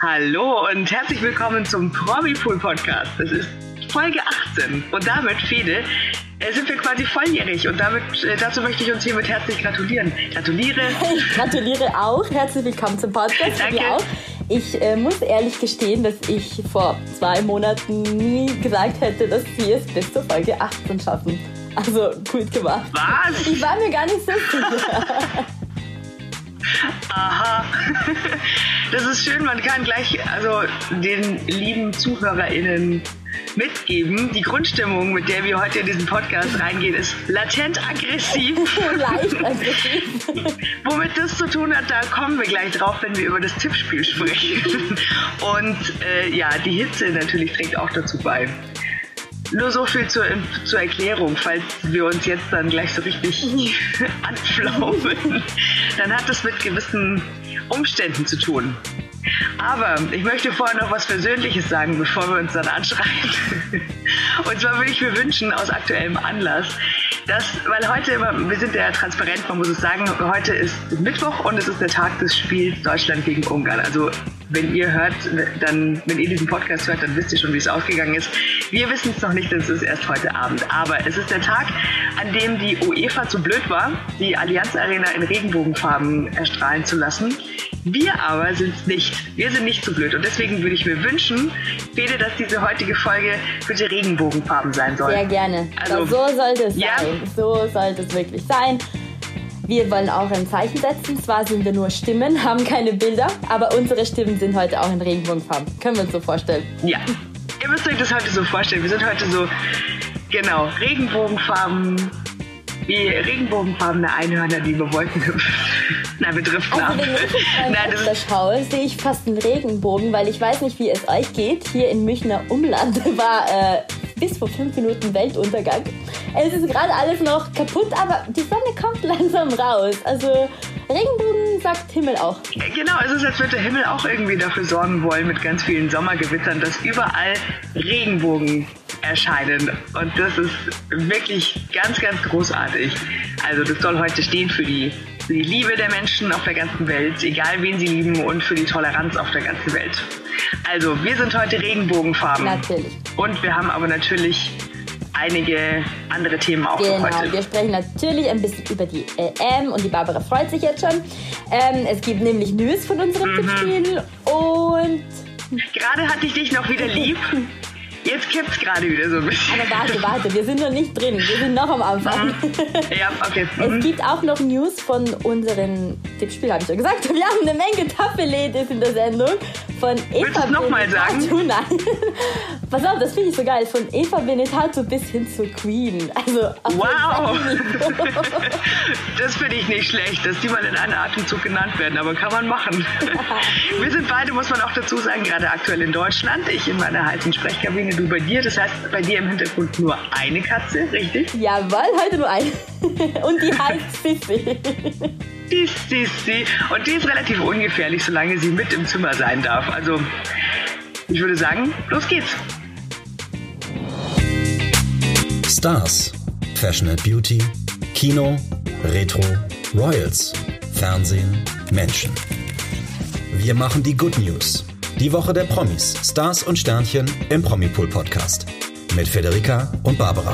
Hallo und herzlich willkommen zum Promi-Pool Podcast. Es ist Folge 18 und damit, Fede, sind wir quasi volljährig und dazu möchte ich uns hiermit herzlich gratulieren. Gratuliere. Ich gratuliere auch. Herzlich willkommen zum Podcast. Danke. Auch. Ich muss ehrlich gestehen, dass ich vor 2 Monaten nie gesagt hätte, dass wir es bis zur Folge 18 schaffen. Also gut gemacht. Was? Ich war mir gar nicht so sicher. Aha. Das ist schön, man kann gleich den lieben ZuhörerInnen mitgeben. Die Grundstimmung, mit der wir heute in diesen Podcast reingehen, ist latent aggressiv. Leicht aggressiv. Womit das zu tun hat, da kommen wir gleich drauf, wenn wir über das Tippspiel sprechen. Und die Hitze natürlich trägt auch dazu bei. Nur so viel zur Erklärung, falls wir uns jetzt dann gleich so richtig anflaumen, dann hat es mit gewissen Umständen zu tun. Aber ich möchte vorher noch was Persönliches sagen, bevor wir uns dann anschreien. Und zwar würde ich mir wünschen, aus aktuellem Anlass, weil heute, wir sind ja transparent, man muss es sagen, heute ist Mittwoch und es ist der Tag des Spiels Deutschland gegen Ungarn. Also wenn ihr diesen Podcast hört, dann wisst ihr schon, wie es ausgegangen ist. Wir wissen es noch nicht, denn es ist erst heute Abend. Aber es ist der Tag, an dem die UEFA zu blöd war, die Allianz Arena in Regenbogenfarben erstrahlen zu lassen. Wir aber sind es nicht. Wir sind nicht so blöd. Und deswegen würde ich mir wünschen, Fede, dass diese heutige Folge bitte Regenbogenfarben sein soll. Sehr gerne. Also, so sollte es sein. So sollte es wirklich sein. Wir wollen auch ein Zeichen setzen. Zwar sind wir nur Stimmen, haben keine Bilder, aber unsere Stimmen sind heute auch in Regenbogenfarben. Können wir uns so vorstellen? Ja. Ihr müsst euch das heute so vorstellen. Wir sind heute so, genau, Regenbogenfarben. Wie regenbogenfarbene Einhörner, die über Wolken hüpfen. Na, wir driften ab. Wenn ich das schaue, sehe ich fast einen Regenbogen, weil ich weiß nicht, wie es euch geht. Hier in Münchner Umland war bis vor 5 Minuten Weltuntergang. Es ist gerade alles noch kaputt, aber die Sonne kommt langsam raus. Also Regenbogen sagt Himmel auch. Genau, es ist, als würde der Himmel auch irgendwie dafür sorgen wollen, mit ganz vielen Sommergewittern, dass überall Regenbogen erscheinen. Und das ist wirklich ganz, ganz großartig. Also das soll heute stehen für die Liebe der Menschen auf der ganzen Welt, egal wen sie lieben, und für die Toleranz auf der ganzen Welt. Also wir sind heute Regenbogenfarben. Natürlich. Und wir haben aber natürlich einige andere Themen auch für heute. Genau, wir sprechen natürlich ein bisschen über die EM und die Barbara freut sich jetzt schon. Es gibt nämlich News von unserem Tippspiel und... Gerade hatte ich dich noch wieder lieb. Jetzt kippt's gerade wieder so ein bisschen. Aber warte, wir sind noch nicht drin. Wir sind noch am Anfang. Ja, okay. Es gibt auch noch News von unseren Tippspiel, habe ich ja gesagt. Wir haben eine Menge Tafeledis in der Sendung. Von Eva Willst du es nochmal sagen? Nein. Pass auf, das finde ich so geil. Von Eva Benetato bis hin zur Queen. Also, wow! Das finde ich nicht schlecht, dass die mal in einem Atemzug genannt werden. Aber kann man machen. Wir sind beide, muss man auch dazu sagen, gerade aktuell in Deutschland. Ich in meiner heißen Sprechkabine, du bei dir. Das heißt, bei dir im Hintergrund nur eine Katze, richtig? Jawohl, heute nur eine. Und die heißt Sissi. Die Sissi. Und die ist relativ ungefährlich, solange sie mit im Zimmer sein darf. Also, ich würde sagen, los geht's. Stars, Fashion and Beauty, Kino, Retro, Royals, Fernsehen, Menschen. Wir machen die Good News. Die Woche der Promis, Stars und Sternchen im Promi-Pool Podcast. Mit Federica und Barbara.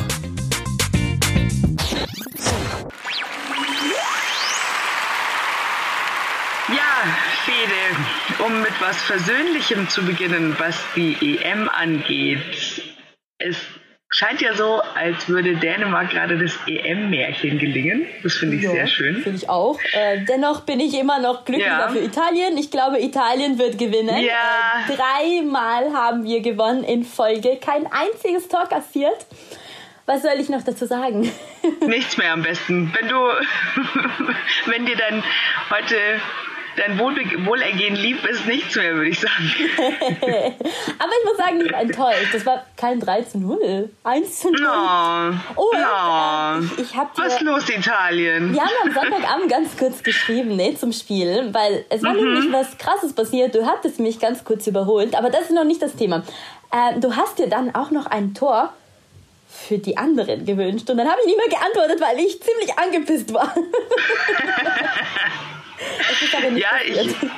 Ja, Fede, um mit was Versöhnlichem zu beginnen, was die EM angeht. Es scheint ja so, als würde Dänemark gerade das EM-Märchen gelingen. Das finde ich sehr schön. Finde ich auch. Dennoch bin ich immer noch glücklicher für Italien. Ich glaube, Italien wird gewinnen. Ja. 3-mal haben wir gewonnen in Folge. Kein einziges Tor kassiert. Was soll ich noch dazu sagen? Nichts mehr am besten. Wenn dir dann heute dein Wohlergehen lieb ist, nichts mehr, würde ich sagen. Aber ich muss sagen, ich war enttäuscht. Das war kein 3-0. 1-0. Was ist los, Italien? Wir haben am Sonntagabend ganz kurz geschrieben, zum Spiel, weil es war nämlich was Krasses passiert. Du hattest mich ganz kurz überholt, aber das ist noch nicht das Thema. Du hast dir dann auch noch ein Tor für die anderen gewünscht und dann habe ich nicht mehr geantwortet, weil ich ziemlich angepisst war. Es ist aber nicht passiert.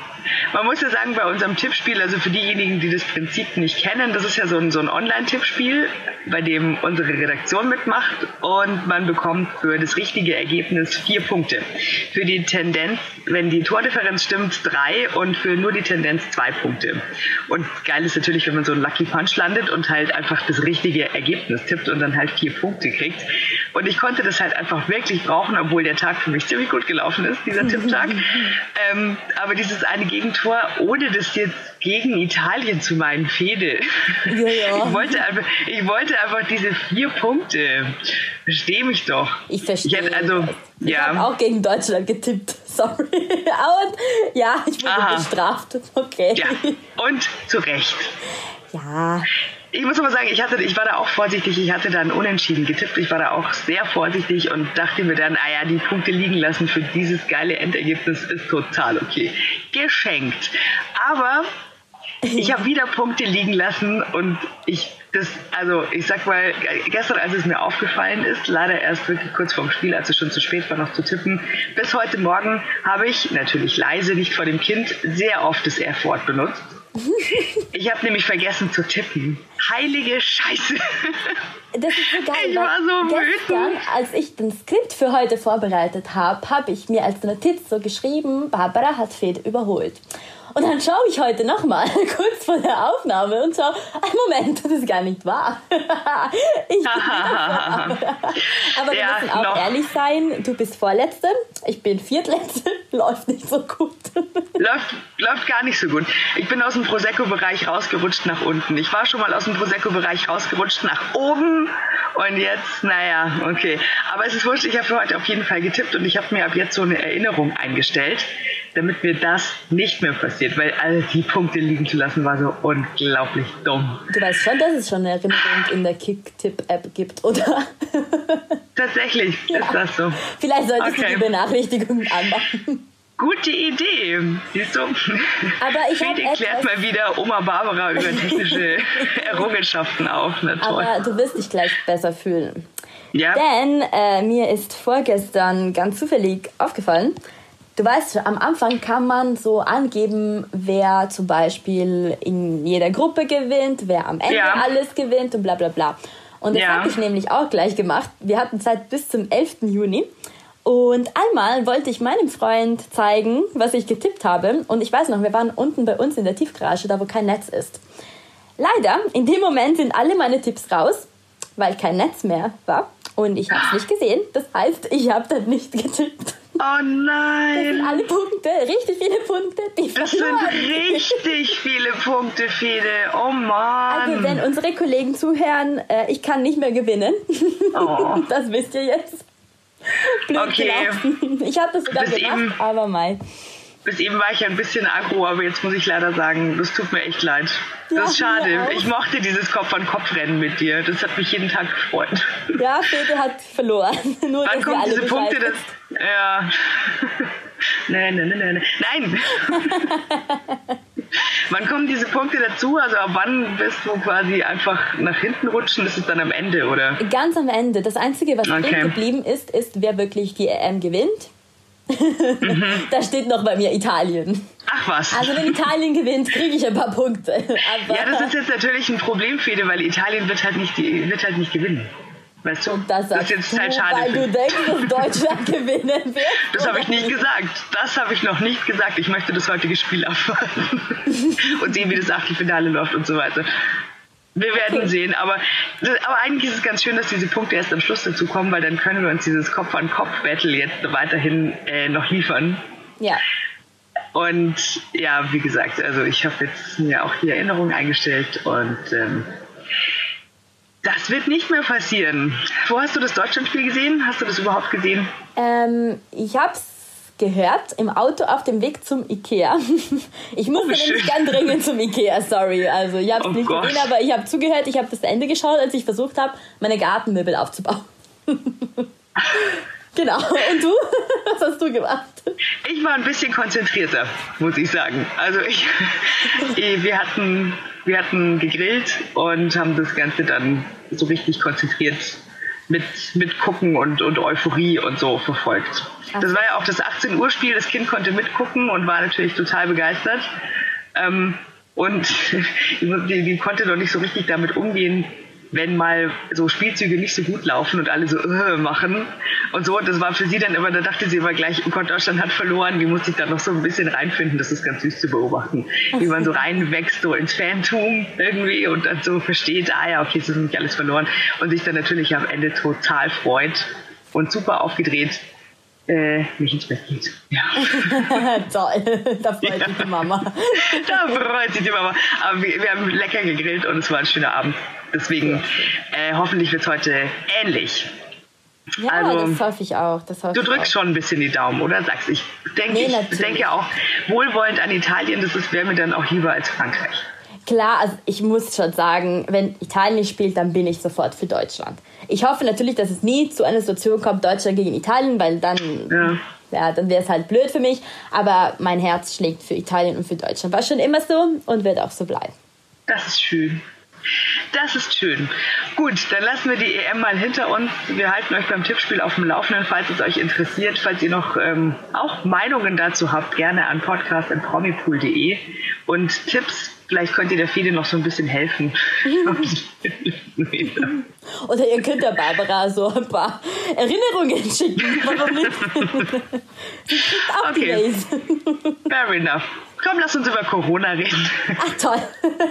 Man muss ja sagen, bei unserem Tippspiel, also für diejenigen, die das Prinzip nicht kennen, das ist ja so ein Online-Tippspiel, bei dem unsere Redaktion mitmacht und man bekommt für das richtige Ergebnis 4 Punkte. Für die Tendenz, wenn die Tordifferenz stimmt, 3 und für nur die Tendenz 2 Punkte. Und geil ist natürlich, wenn man so einen Lucky Punch landet und halt einfach das richtige Ergebnis tippt und dann halt 4 Punkte kriegt. Und ich konnte das halt einfach wirklich brauchen, obwohl der Tag für mich ziemlich gut gelaufen ist, dieser Tipptag. Aber dieses eine Gegentor, ohne das jetzt gegen Italien zu meinen, Fehde. Ja. Ich wollte einfach diese 4 Punkte. Verstehe mich doch. Ich verstehe. Ich ja. habe auch gegen Deutschland getippt. Sorry. Und ja, ich wurde bestraft. Okay. Ja, und zu Recht. Ja. Ich muss aber sagen, ich war da auch vorsichtig. Ich hatte dann unentschieden getippt. Ich war da auch sehr vorsichtig und dachte mir dann, die Punkte liegen lassen für dieses geile Endergebnis ist total okay. Geschenkt. Aber ich habe wieder Punkte liegen lassen und ich sag mal, gestern, als es mir aufgefallen ist, leider erst wirklich kurz vorm Spiel, als es schon zu spät war, noch zu tippen, bis heute Morgen habe ich, natürlich leise, nicht vor dem Kind, sehr oft das R-Wort benutzt. Ich habe nämlich vergessen zu tippen. Heilige Scheiße. Das ist so geil. Ich war so wütend. Als ich den Skript für heute vorbereitet habe ich mir als Notiz so geschrieben, Barbara hat Fede überholt. Und dann schaue ich heute nochmal, kurz vor der Aufnahme, und schaue, Moment, das ist gar nicht wahr. Aber wir müssen auch ehrlich sein, du bist Vorletzte, ich bin Viertletzte, läuft nicht so gut. Läuft gar nicht so gut. Ich bin aus dem Prosecco-Bereich rausgerutscht nach unten. Ich war schon mal aus dem Prosecco-Bereich rausgerutscht nach oben und jetzt, okay. Aber es ist wurscht, ich habe für heute auf jeden Fall getippt und ich habe mir ab jetzt so eine Erinnerung eingestellt, damit mir das nicht mehr passiert, weil all die Punkte liegen zu lassen war so unglaublich dumm. Du weißt schon, dass es schon eine Erinnerung in der Kick-Tipp-App gibt, oder? Tatsächlich ist das so. Vielleicht solltest du die Benachrichtigungen anmachen. Gute Idee, siehst du? Aber ich Fede klärt mal wieder Oma Barbara über technische Errungenschaften auf. Na toll. Aber du wirst dich gleich besser fühlen. Ja. Denn mir ist vorgestern ganz zufällig aufgefallen, du weißt, am Anfang kann man so angeben, wer zum Beispiel in jeder Gruppe gewinnt, wer am Ende alles gewinnt und bla bla bla. Und das habe ich nämlich auch gleich gemacht. Wir hatten Zeit bis zum 11. Juni. Und einmal wollte ich meinem Freund zeigen, was ich getippt habe. Und ich weiß noch, wir waren unten bei uns in der Tiefgarage, da wo kein Netz ist. Leider, in dem Moment sind alle meine Tipps raus, weil kein Netz mehr war. Und ich habe es nicht gesehen. Das heißt, ich habe dann nicht getippt. Oh nein! Das sind alle Punkte, richtig viele Punkte. Das sind richtig viele Punkte, Fede. Oh Mann! Also wenn unsere Kollegen zuhören, ich kann nicht mehr gewinnen. Oh. Das wisst ihr jetzt. Blöd gelaufen. Ich habe das sogar gemacht, aber mei. Bis eben war ich ja ein bisschen aggro, aber jetzt muss ich leider sagen, das tut mir echt leid. Das ist schade. Ich mochte dieses Kopf-an-Kopf-Rennen mit dir. Das hat mich jeden Tag gefreut. Ja, Fede hat verloren. Nur, wann kommen diese Punkte? Ja. Nein. Wann kommen diese Punkte dazu? Also ab wann wirst du quasi einfach nach hinten rutschen? Das ist dann am Ende, oder? Ganz am Ende. Das Einzige, was drin geblieben ist, wer wirklich die EM gewinnt. Da steht noch bei mir Italien. Ach was. Also wenn Italien gewinnt, kriege ich ein paar Punkte. Aber ja, das ist jetzt natürlich ein Problem, Fede, weil Italien wird halt nicht gewinnen. Weißt du? Das ist jetzt halt schade. Weil du denkst, dass Deutschland gewinnen wird. Das habe ich nicht gesagt. Das habe ich noch nicht gesagt. Ich möchte das heutige Spiel abwarten und sehen, wie das Achtelfinale läuft und so weiter. Wir werden sehen, aber eigentlich ist es ganz schön, dass diese Punkte erst am Schluss dazu kommen, weil dann können wir uns dieses Kopf-an-Kopf-Battle jetzt weiterhin noch liefern. Ja. Und ja, wie gesagt, also ich habe jetzt mir auch die Erinnerung eingestellt und das wird nicht mehr passieren. Wo hast du das Deutschlandspiel gesehen? Hast du das überhaupt gesehen? Ich habe es gehört im Auto auf dem Weg zum Ikea. Ich musste nämlich ganz dringend zum Ikea, sorry. Also ich habe es nicht gesehen, aber ich habe zugehört. Ich habe das Ende geschaut, als ich versucht habe, meine Gartenmöbel aufzubauen. Genau. Und du? Was hast du gemacht? Ich war ein bisschen konzentrierter, muss ich sagen. Also wir hatten gegrillt und haben das Ganze dann so richtig konzentriert mit Gucken und Euphorie und so verfolgt. Das war ja auch das 18 Uhr Spiel, das Kind konnte mitgucken und war natürlich total begeistert. Und die konnte noch nicht so richtig damit umgehen, wenn mal so Spielzüge nicht so gut laufen und alle so machen und so. Und das war für sie dann immer, da dachte sie immer gleich, oh Gott, Deutschland hat verloren, die musste ich dann noch so ein bisschen reinfinden. Das ist ganz süß zu beobachten, wie man so reinwächst so ins Fantum irgendwie und dann so versteht, okay, es ist nicht alles verloren und sich dann natürlich am Ende total freut und super aufgedreht nicht ins Bett geht. Ja. Toll, da freut sich die Mama. Da freut sich die Mama. Aber wir haben lecker gegrillt und es war ein schöner Abend. Deswegen hoffentlich wird es heute ähnlich. Ja, also, das hoffe ich auch. Du drückst schon ein bisschen die Daumen, oder? Sagst ich denke auch wohlwollend an Italien, das wäre mir dann auch lieber als Frankreich. Klar, also ich muss schon sagen, wenn Italien spielt, dann bin ich sofort für Deutschland. Ich hoffe natürlich, dass es nie zu einer Situation kommt, Deutschland gegen Italien, weil dann dann wäre es halt blöd für mich. Aber mein Herz schlägt für Italien und für Deutschland. War schon immer so und wird auch so bleiben. Das ist schön. Das ist schön. Gut, dann lassen wir die EM mal hinter uns. Wir halten euch beim Tippspiel auf dem Laufenden, falls es euch interessiert. Falls ihr noch auch Meinungen dazu habt, gerne an podcast@promipool.de und Tipps. Vielleicht könnt ihr der Fede noch so ein bisschen helfen. Oder ihr könnt der Barbara so ein paar Erinnerungen schicken. Warum nicht? Sie kriegt auch die Race. Fair enough. Komm, lass uns über Corona reden. Ach, toll.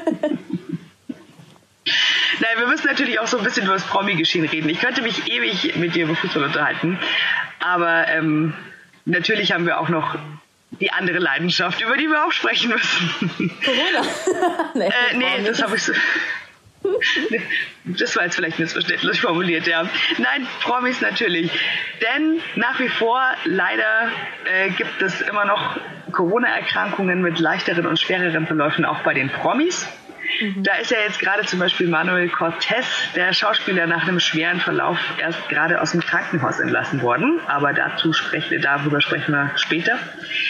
Nein, wir müssen natürlich auch so ein bisschen über das Promi-Geschehen reden. Ich könnte mich ewig mit dir über Fußball unterhalten. Aber natürlich haben wir auch noch die andere Leidenschaft, über die wir auch sprechen müssen. Corona? Nee, das habe ich so... Das war jetzt vielleicht missverständlich formuliert, ja. Nein, Promis natürlich. Denn nach wie vor leider gibt es immer noch Corona-Erkrankungen mit leichteren und schwereren Verläufen auch bei den Promis. Da ist ja jetzt gerade zum Beispiel Manuel Cortez, der Schauspieler, nach einem schweren Verlauf erst gerade aus dem Krankenhaus entlassen worden. Aber darüber sprechen wir später.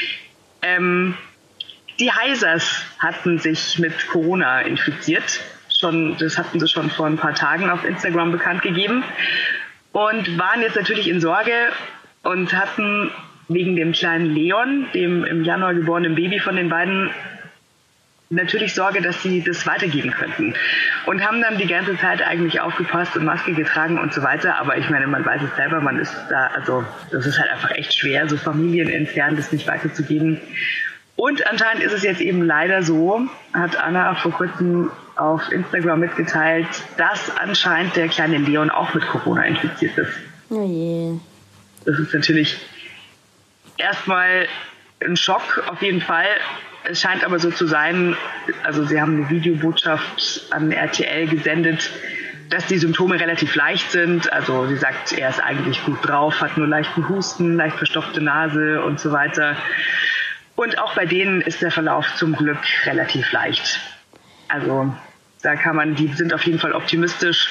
Die Heisers hatten sich mit Corona infiziert. Das hatten sie schon vor ein paar Tagen auf Instagram bekannt gegeben. Und waren jetzt natürlich in Sorge und hatten wegen dem kleinen Leon, dem im Januar geborenen Baby von den beiden, natürlich Sorge, dass sie das weitergeben könnten. Und haben dann die ganze Zeit eigentlich aufgepasst und Maske getragen und so weiter. Aber ich meine, man weiß es selber, man ist da, also das ist halt einfach echt schwer, so familienintern das nicht weiterzugeben. Und anscheinend ist es jetzt eben leider so, hat Anna vor kurzem auf Instagram mitgeteilt, dass anscheinend der kleine Leon auch mit Corona infiziert ist. Oh je. Das ist natürlich erstmal ein Schock auf jeden Fall. Es scheint aber so zu sein, also sie haben eine Videobotschaft an RTL gesendet, dass die Symptome relativ leicht sind. Also sie sagt, er ist eigentlich gut drauf, hat nur leichten Husten, leicht verstopfte Nase und so weiter. Und auch bei denen ist der Verlauf zum Glück relativ leicht. Also die sind auf jeden Fall optimistisch.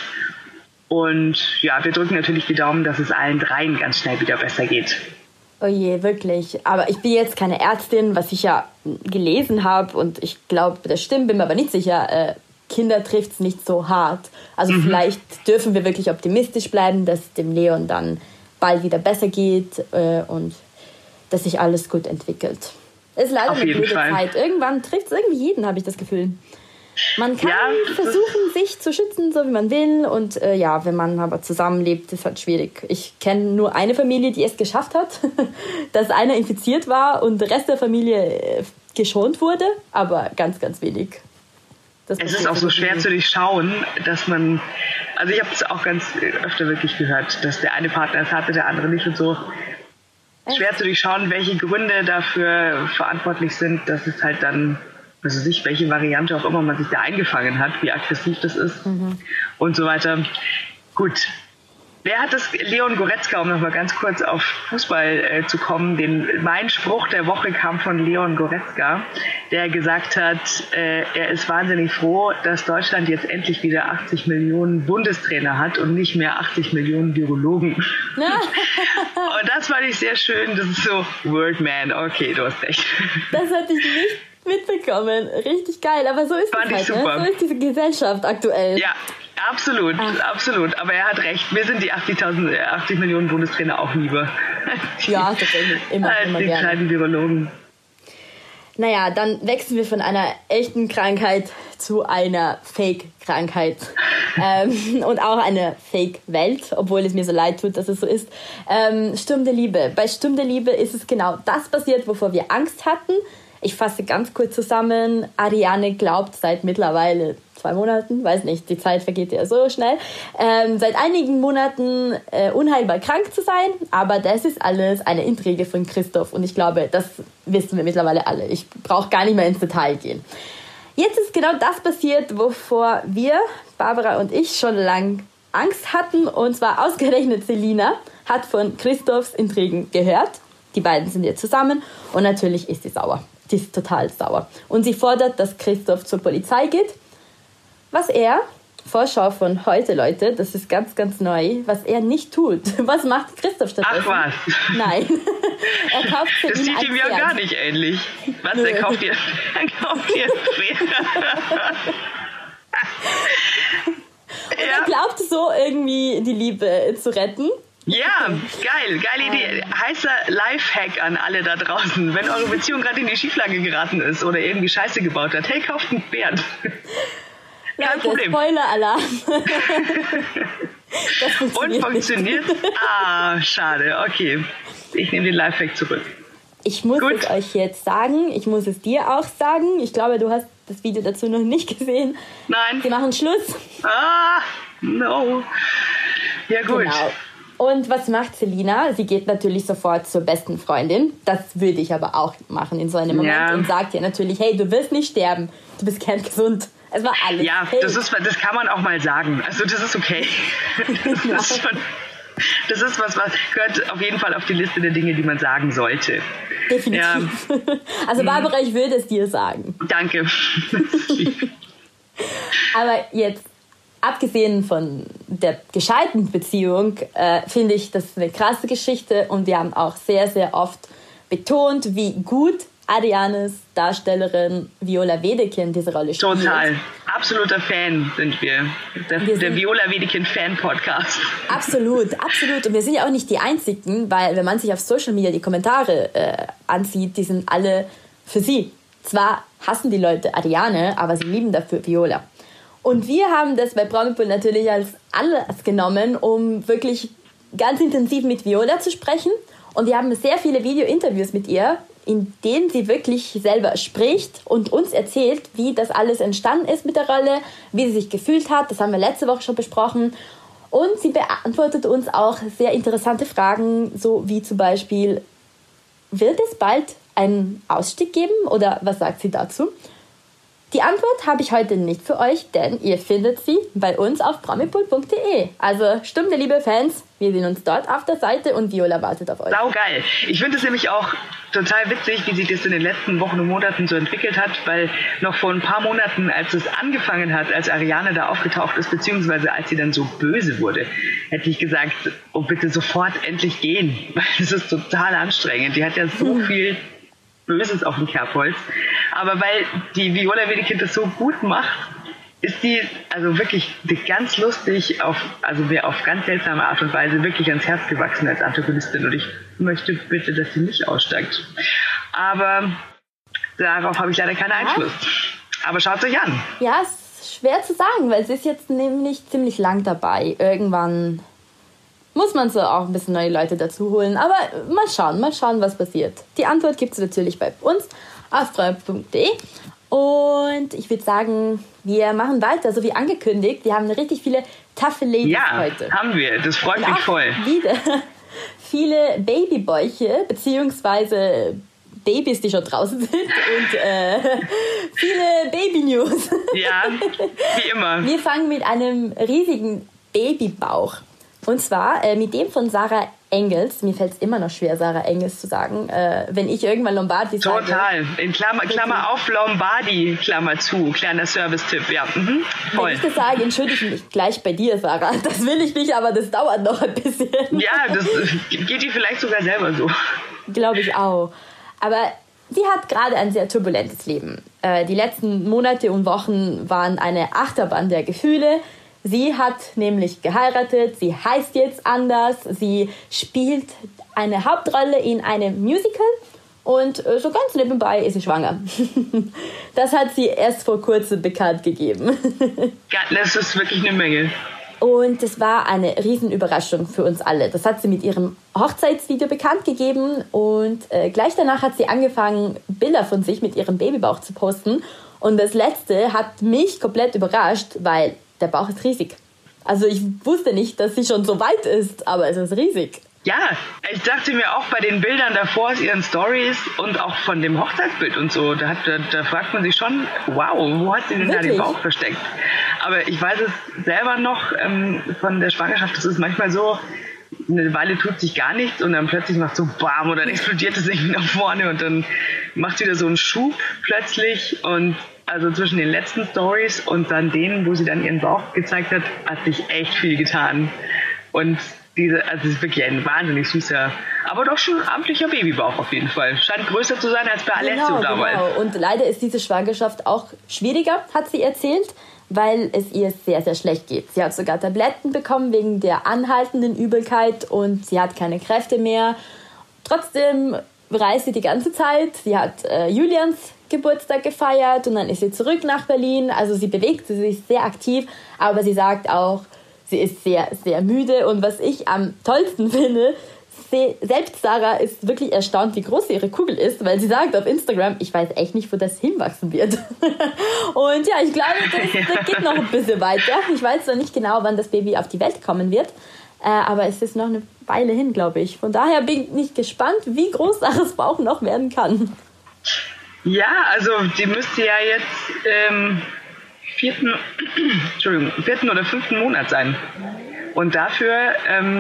Und ja, wir drücken natürlich die Daumen, dass es allen dreien ganz schnell wieder besser geht. Oh je, wirklich. Aber ich bin jetzt keine Ärztin, was ich ja gelesen habe. Und ich glaube, das stimmt, bin mir aber nicht sicher. Kinder trifft es nicht so hart. Also vielleicht dürfen wir wirklich optimistisch bleiben, dass es dem Leon dann bald wieder besser geht und dass sich alles gut entwickelt. Ist leider eine blöde Zeit. Irgendwann trifft es irgendwie jeden, habe ich das Gefühl. Man kann versuchen, sich zu schützen, so wie man will. Und wenn man aber zusammenlebt, ist halt schwierig. Ich kenne nur eine Familie, die es geschafft hat, dass einer infiziert war und der Rest der Familie geschont wurde. Aber ganz, ganz wenig. Es ist auch so schwer zu durchschauen, dass man... Also ich habe es auch ganz öfter wirklich gehört, dass der eine Partner es hatte, der andere nicht und so. Schwer zu durchschauen, welche Gründe dafür verantwortlich sind, dass es halt dann... Also welche Variante auch immer man sich da eingefangen hat, wie aggressiv das ist und so weiter. Gut. Wer hat das? Leon Goretzka, um nochmal ganz kurz auf Fußball zu kommen. Mein Spruch der Woche kam von Leon Goretzka, der gesagt hat, er ist wahnsinnig froh, dass Deutschland jetzt endlich wieder 80 Millionen Bundestrainer hat und nicht mehr 80 Millionen Virologen. Und das fand ich sehr schön. Das ist so, Word Man, okay, du hast recht. Das hatte ich nicht mitbekommen. Richtig geil, aber so ist es halt, super. Ne? So ist diese Gesellschaft aktuell. Ja, Absolut, absolut. Aber er hat recht. Mir sind die 80 Millionen Bundestrainer auch lieber. Ja, tatsächlich. Immer die gerne. kleinen Virologen. Naja, dann wechseln wir von einer echten Krankheit zu einer Fake-Krankheit. Und auch eine Fake-Welt, obwohl es mir so leid tut, dass es so ist. Sturm der Liebe. Bei Sturm der Liebe ist es genau das passiert, wovor wir Angst hatten. Ich fasse ganz kurz zusammen. Ariane glaubt seit mittlerweile 2 Monaten, weiß nicht, die Zeit vergeht ja so schnell, seit einigen Monaten unheilbar krank zu sein. Aber das ist alles eine Intrige von Christoph. Und ich glaube, das wissen wir mittlerweile alle. Ich brauche gar nicht mehr ins Detail gehen. Jetzt ist genau das passiert, wovor wir, Barbara und ich, schon lange Angst hatten. Und zwar ausgerechnet Selina hat von Christophs Intrigen gehört. Die beiden sind jetzt zusammen und natürlich ist sie sauer. Die ist total sauer. Und sie fordert, dass Christoph zur Polizei geht. Was er, Vorschau von heute, Leute, das ist ganz, ganz neu, was er nicht tut. Was macht Christoph stattdessen? Ach was. Nein. Er kauft für das ihn sieht ihm ja gar nicht ähnlich. Was, Nö. er kauft dir ein Pferd. Er glaubt so irgendwie die Liebe zu retten. Ja, geile Idee. Heißer Lifehack an alle da draußen. Wenn eure Beziehung gerade in die Schieflage geraten ist oder irgendwie Scheiße gebaut hat, hey, kauft ein Pferd. Kein Leute, Problem. Spoiler-Alarm. Das Und funktioniert? Ah, schade. Okay, ich nehme den Lifehack zurück. Ich muss Gut. es euch jetzt sagen, ich muss es dir auch sagen. Ich glaube, du hast das Video dazu noch nicht gesehen. Nein. Sie machen Schluss. Ah, no. Ja, gut. Genau. Und was macht Selina? Sie geht natürlich sofort zur besten Freundin. Das würde ich aber auch machen in so einem Moment. Ja. Und sagt ihr natürlich, hey, du wirst nicht sterben. Du bist kerngesund. Es war alles. Ja, hey. das kann man auch mal sagen. Also das ist okay. Das ist was gehört auf jeden Fall auf die Liste der Dinge, die man sagen sollte. Definitiv. Ja. Also Barbara, ich würde es dir sagen. Danke. Aber jetzt, abgesehen von der gescheiten Beziehung, finde ich, das ist eine krasse Geschichte und wir haben auch sehr, sehr oft betont, wie gut Arianes Darstellerin Viola Wedekind diese Rolle spielt. Total. Absoluter Fan sind wir. Der Viola Wedekind Fan-Podcast. Absolut, absolut. Und wir sind ja auch nicht die Einzigen, weil wenn man sich auf Social Media die Kommentare ansieht, die sind alle für sie. Zwar hassen die Leute Ariane, aber sie lieben dafür Viola. Und wir haben das bei Promipool natürlich als Anlass genommen, um wirklich ganz intensiv mit Viola zu sprechen. Und wir haben sehr viele Video-Interviews mit ihr, in denen sie wirklich selber spricht und uns erzählt, wie das alles entstanden ist mit der Rolle, wie sie sich gefühlt hat. Das haben wir letzte Woche schon besprochen. Und sie beantwortet uns auch sehr interessante Fragen, so wie zum Beispiel, wird es bald einen Ausstieg geben oder was sagt sie dazu? Die Antwort habe ich heute nicht für euch, denn ihr findet sie bei uns auf promipool.de. Also Sturm der Liebe Fans, wir sehen uns dort auf der Seite und Viola wartet auf euch. Saugeil. Ich finde es nämlich auch total witzig, wie sich das in den letzten Wochen und Monaten so entwickelt hat, weil noch vor ein paar Monaten, als es angefangen hat, als Ariane da aufgetaucht ist, beziehungsweise als sie dann so böse wurde, hätte ich gesagt, oh bitte sofort endlich gehen, weil es ist total anstrengend. Die hat ja so viel Böses auf dem Kerbholz. Aber weil die Viola Wedekind das so gut macht, ist die also wirklich ganz lustig, mir auf ganz seltsame Art und Weise wirklich ans Herz gewachsen als Antagonistin. Und ich möchte bitte, dass sie nicht aussteigt. Aber darauf habe ich leider keinen Einfluss. Aber schaut es euch an. Ja, es ist schwer zu sagen, weil sie ist jetzt nämlich ziemlich lang dabei. Irgendwann muss man so auch ein bisschen neue Leute dazu holen. Aber mal schauen, was passiert. Die Antwort gibt es natürlich bei uns auf promipool.de. Und ich würde sagen, wir machen weiter, so wie angekündigt. Wir haben richtig viele taffe Ladies heute. Ja, haben wir. Das freut mich auch voll. Wieder viele Babybäuche, beziehungsweise Babys, die schon draußen sind und viele Baby-News. Ja, wie immer. Wir fangen mit einem riesigen Babybauch. Und zwar mit dem von Sarah Engels. Mir fällt es immer noch schwer, Sarah Engels zu sagen. Wenn ich irgendwann Lombardi sage. Total. In Klammer auf Lombardi, Klammer zu. Kleiner Service-Tipp, ja. Voll. Wenn ich das sage, entschuldige ich mich gleich bei dir, Sarah. Das will ich nicht, aber das dauert noch ein bisschen. Ja, das geht dir vielleicht sogar selber so. Glaube ich auch. Aber sie hat gerade ein sehr turbulentes Leben. Die letzten Monate und Wochen waren eine Achterbahn der Gefühle. Sie hat nämlich geheiratet, sie heißt jetzt anders, sie spielt eine Hauptrolle in einem Musical und so ganz nebenbei ist sie schwanger. Das hat sie erst vor kurzem bekannt gegeben. Ja, das ist wirklich eine Menge. Und es war eine Riesenüberraschung für uns alle. Das hat sie mit ihrem Hochzeitsvideo bekannt gegeben und gleich danach hat sie angefangen, Bilder von sich mit ihrem Babybauch zu posten. Und das letzte hat mich komplett überrascht, weil der Bauch ist riesig. Also ich wusste nicht, dass sie schon so weit ist, aber es ist riesig. Ja, ich dachte mir auch bei den Bildern davor aus ihren Stories und auch von dem Hochzeitsbild und so, da fragt man sich schon, wow, wo hat sie denn da den Bauch versteckt? Aber ich weiß es selber noch von der Schwangerschaft, das ist manchmal so, eine Weile tut sich gar nichts und dann plötzlich macht so BAM und dann explodiert es irgendwie nach vorne und dann macht wieder so einen Schub plötzlich und also zwischen den letzten Stories und dann denen, wo sie dann ihren Bauch gezeigt hat, hat sich echt viel getan. Und also es ist wirklich ein wahnsinnig süßer, aber doch schon amtlicher Babybauch auf jeden Fall. Scheint größer zu sein als bei Alessio damals. Genau. Und leider ist diese Schwangerschaft auch schwieriger, hat sie erzählt, weil es ihr sehr, sehr schlecht geht. Sie hat sogar Tabletten bekommen wegen der anhaltenden Übelkeit und sie hat keine Kräfte mehr. Trotzdem reist sie die ganze Zeit. Sie hat Julians Geburtstag gefeiert und dann ist sie zurück nach Berlin. Also sie bewegt sich sehr aktiv, aber sie sagt auch, sie ist sehr, sehr müde. Und was ich am tollsten finde, selbst Sarah ist wirklich erstaunt, wie groß ihre Kugel ist, weil sie sagt auf Instagram, ich weiß echt nicht, wo das hinwachsen wird. Und ja, ich glaube, das geht noch ein bisschen weiter. Ich weiß zwar nicht genau, wann das Baby auf die Welt kommen wird, aber es ist noch eine Weile hin, glaube ich. Von daher bin ich gespannt, wie groß Sarahs Bauch noch werden kann. Ja, also die müsste ja jetzt vierten oder 5. Monat sein. Und dafür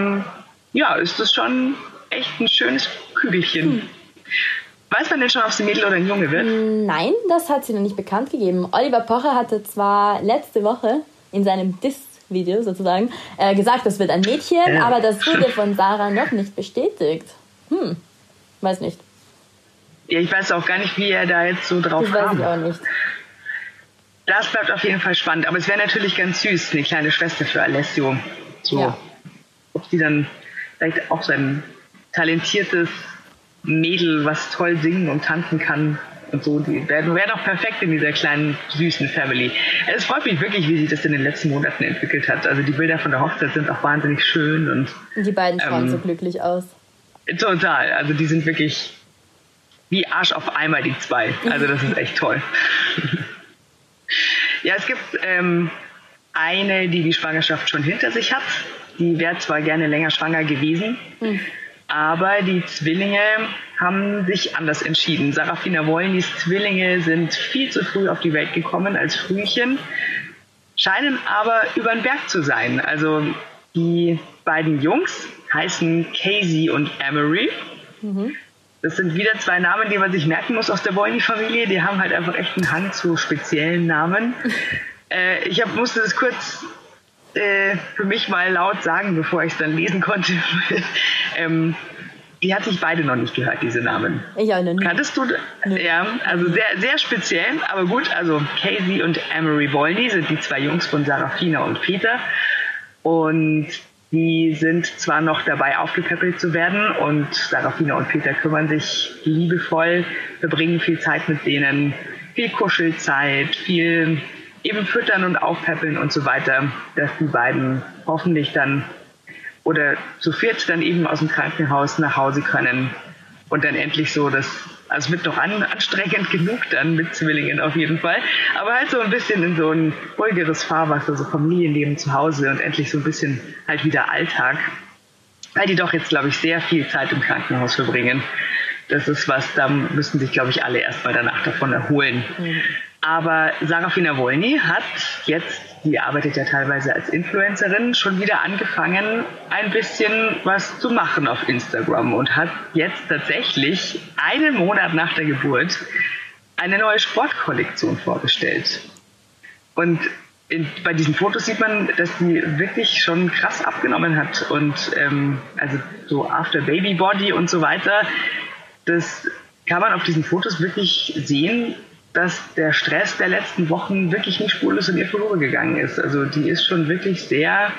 ist das schon echt ein schönes Kügelchen. Weiß man denn schon, ob es ein Mädel oder ein Junge wird? Nein, das hat sie noch nicht bekannt gegeben. Oliver Pocher hatte zwar letzte Woche in seinem Diss-Video sozusagen gesagt, das wird ein Mädchen, aber das wurde von Sarah noch nicht bestätigt. Weiß nicht. Ja, ich weiß auch gar nicht, wie er da jetzt so drauf kam. Das weiß ich auch nicht. Das bleibt auf jeden Fall spannend. Aber es wäre natürlich ganz süß, eine kleine Schwester für Alessio. So, ja. Ob sie dann vielleicht auch so ein talentiertes Mädel, was toll singen und tanzen kann und so, die wäre doch perfekt in dieser kleinen, süßen Family. Es freut mich wirklich, wie sich das in den letzten Monaten entwickelt hat. Also die Bilder von der Hochzeit sind auch wahnsinnig schön. Und die beiden schauen so glücklich aus. Total. Also die sind wirklich wie Arsch auf Eimer, die zwei. Also das ist echt toll. Ja, es gibt eine, die Schwangerschaft schon hinter sich hat. Die wäre zwar gerne länger schwanger gewesen, aber die Zwillinge haben sich anders entschieden. Sarafina Wolnys Zwillinge sind viel zu früh auf die Welt gekommen als Frühchen, scheinen aber über den Berg zu sein. Also die beiden Jungs heißen Casey und Emery. Das sind wieder zwei Namen, die man sich merken muss aus der Wolny-Familie. Die haben halt einfach echt einen Hang zu speziellen Namen. Ich musste das kurz für mich mal laut sagen, bevor ich es dann lesen konnte. Die hatte ich beide noch nicht gehört, diese Namen. Ich auch noch nicht. Kanntest du? Ja, also sehr, sehr speziell, aber gut. Also Casey und Emery Wolny sind die zwei Jungs von Sarafina und Peter. Und die sind zwar noch dabei, aufgepäppelt zu werden und Sarafina und Peter kümmern sich liebevoll, verbringen viel Zeit mit denen, viel Kuschelzeit, viel eben füttern und aufpäppeln und so weiter, dass die beiden hoffentlich dann oder zu viert dann eben aus dem Krankenhaus nach Hause können und dann endlich so das, also es wird doch anstrengend genug dann mit Zwillingen auf jeden Fall, aber halt so ein bisschen in so ein ruhigeres Fahrwasser, so Familienleben zu Hause und endlich so ein bisschen halt wieder Alltag, weil die doch jetzt, glaube ich, sehr viel Zeit im Krankenhaus verbringen. Das ist was, da müssen sich, glaube ich, alle erstmal danach davon erholen. Aber Sarafina Wolny hat jetzt, die arbeitet ja teilweise als Influencerin, schon wieder angefangen, ein bisschen was zu machen auf Instagram und hat jetzt tatsächlich einen Monat nach der Geburt eine neue Sportkollektion vorgestellt. Und bei diesen Fotos sieht man, dass die wirklich schon krass abgenommen hat und also so After Baby Body und so weiter, das kann man auf diesen Fotos wirklich sehen, dass der Stress der letzten Wochen wirklich nicht spurlos an ihr vorübergegangen ist. Also die ist schon wirklich sehr,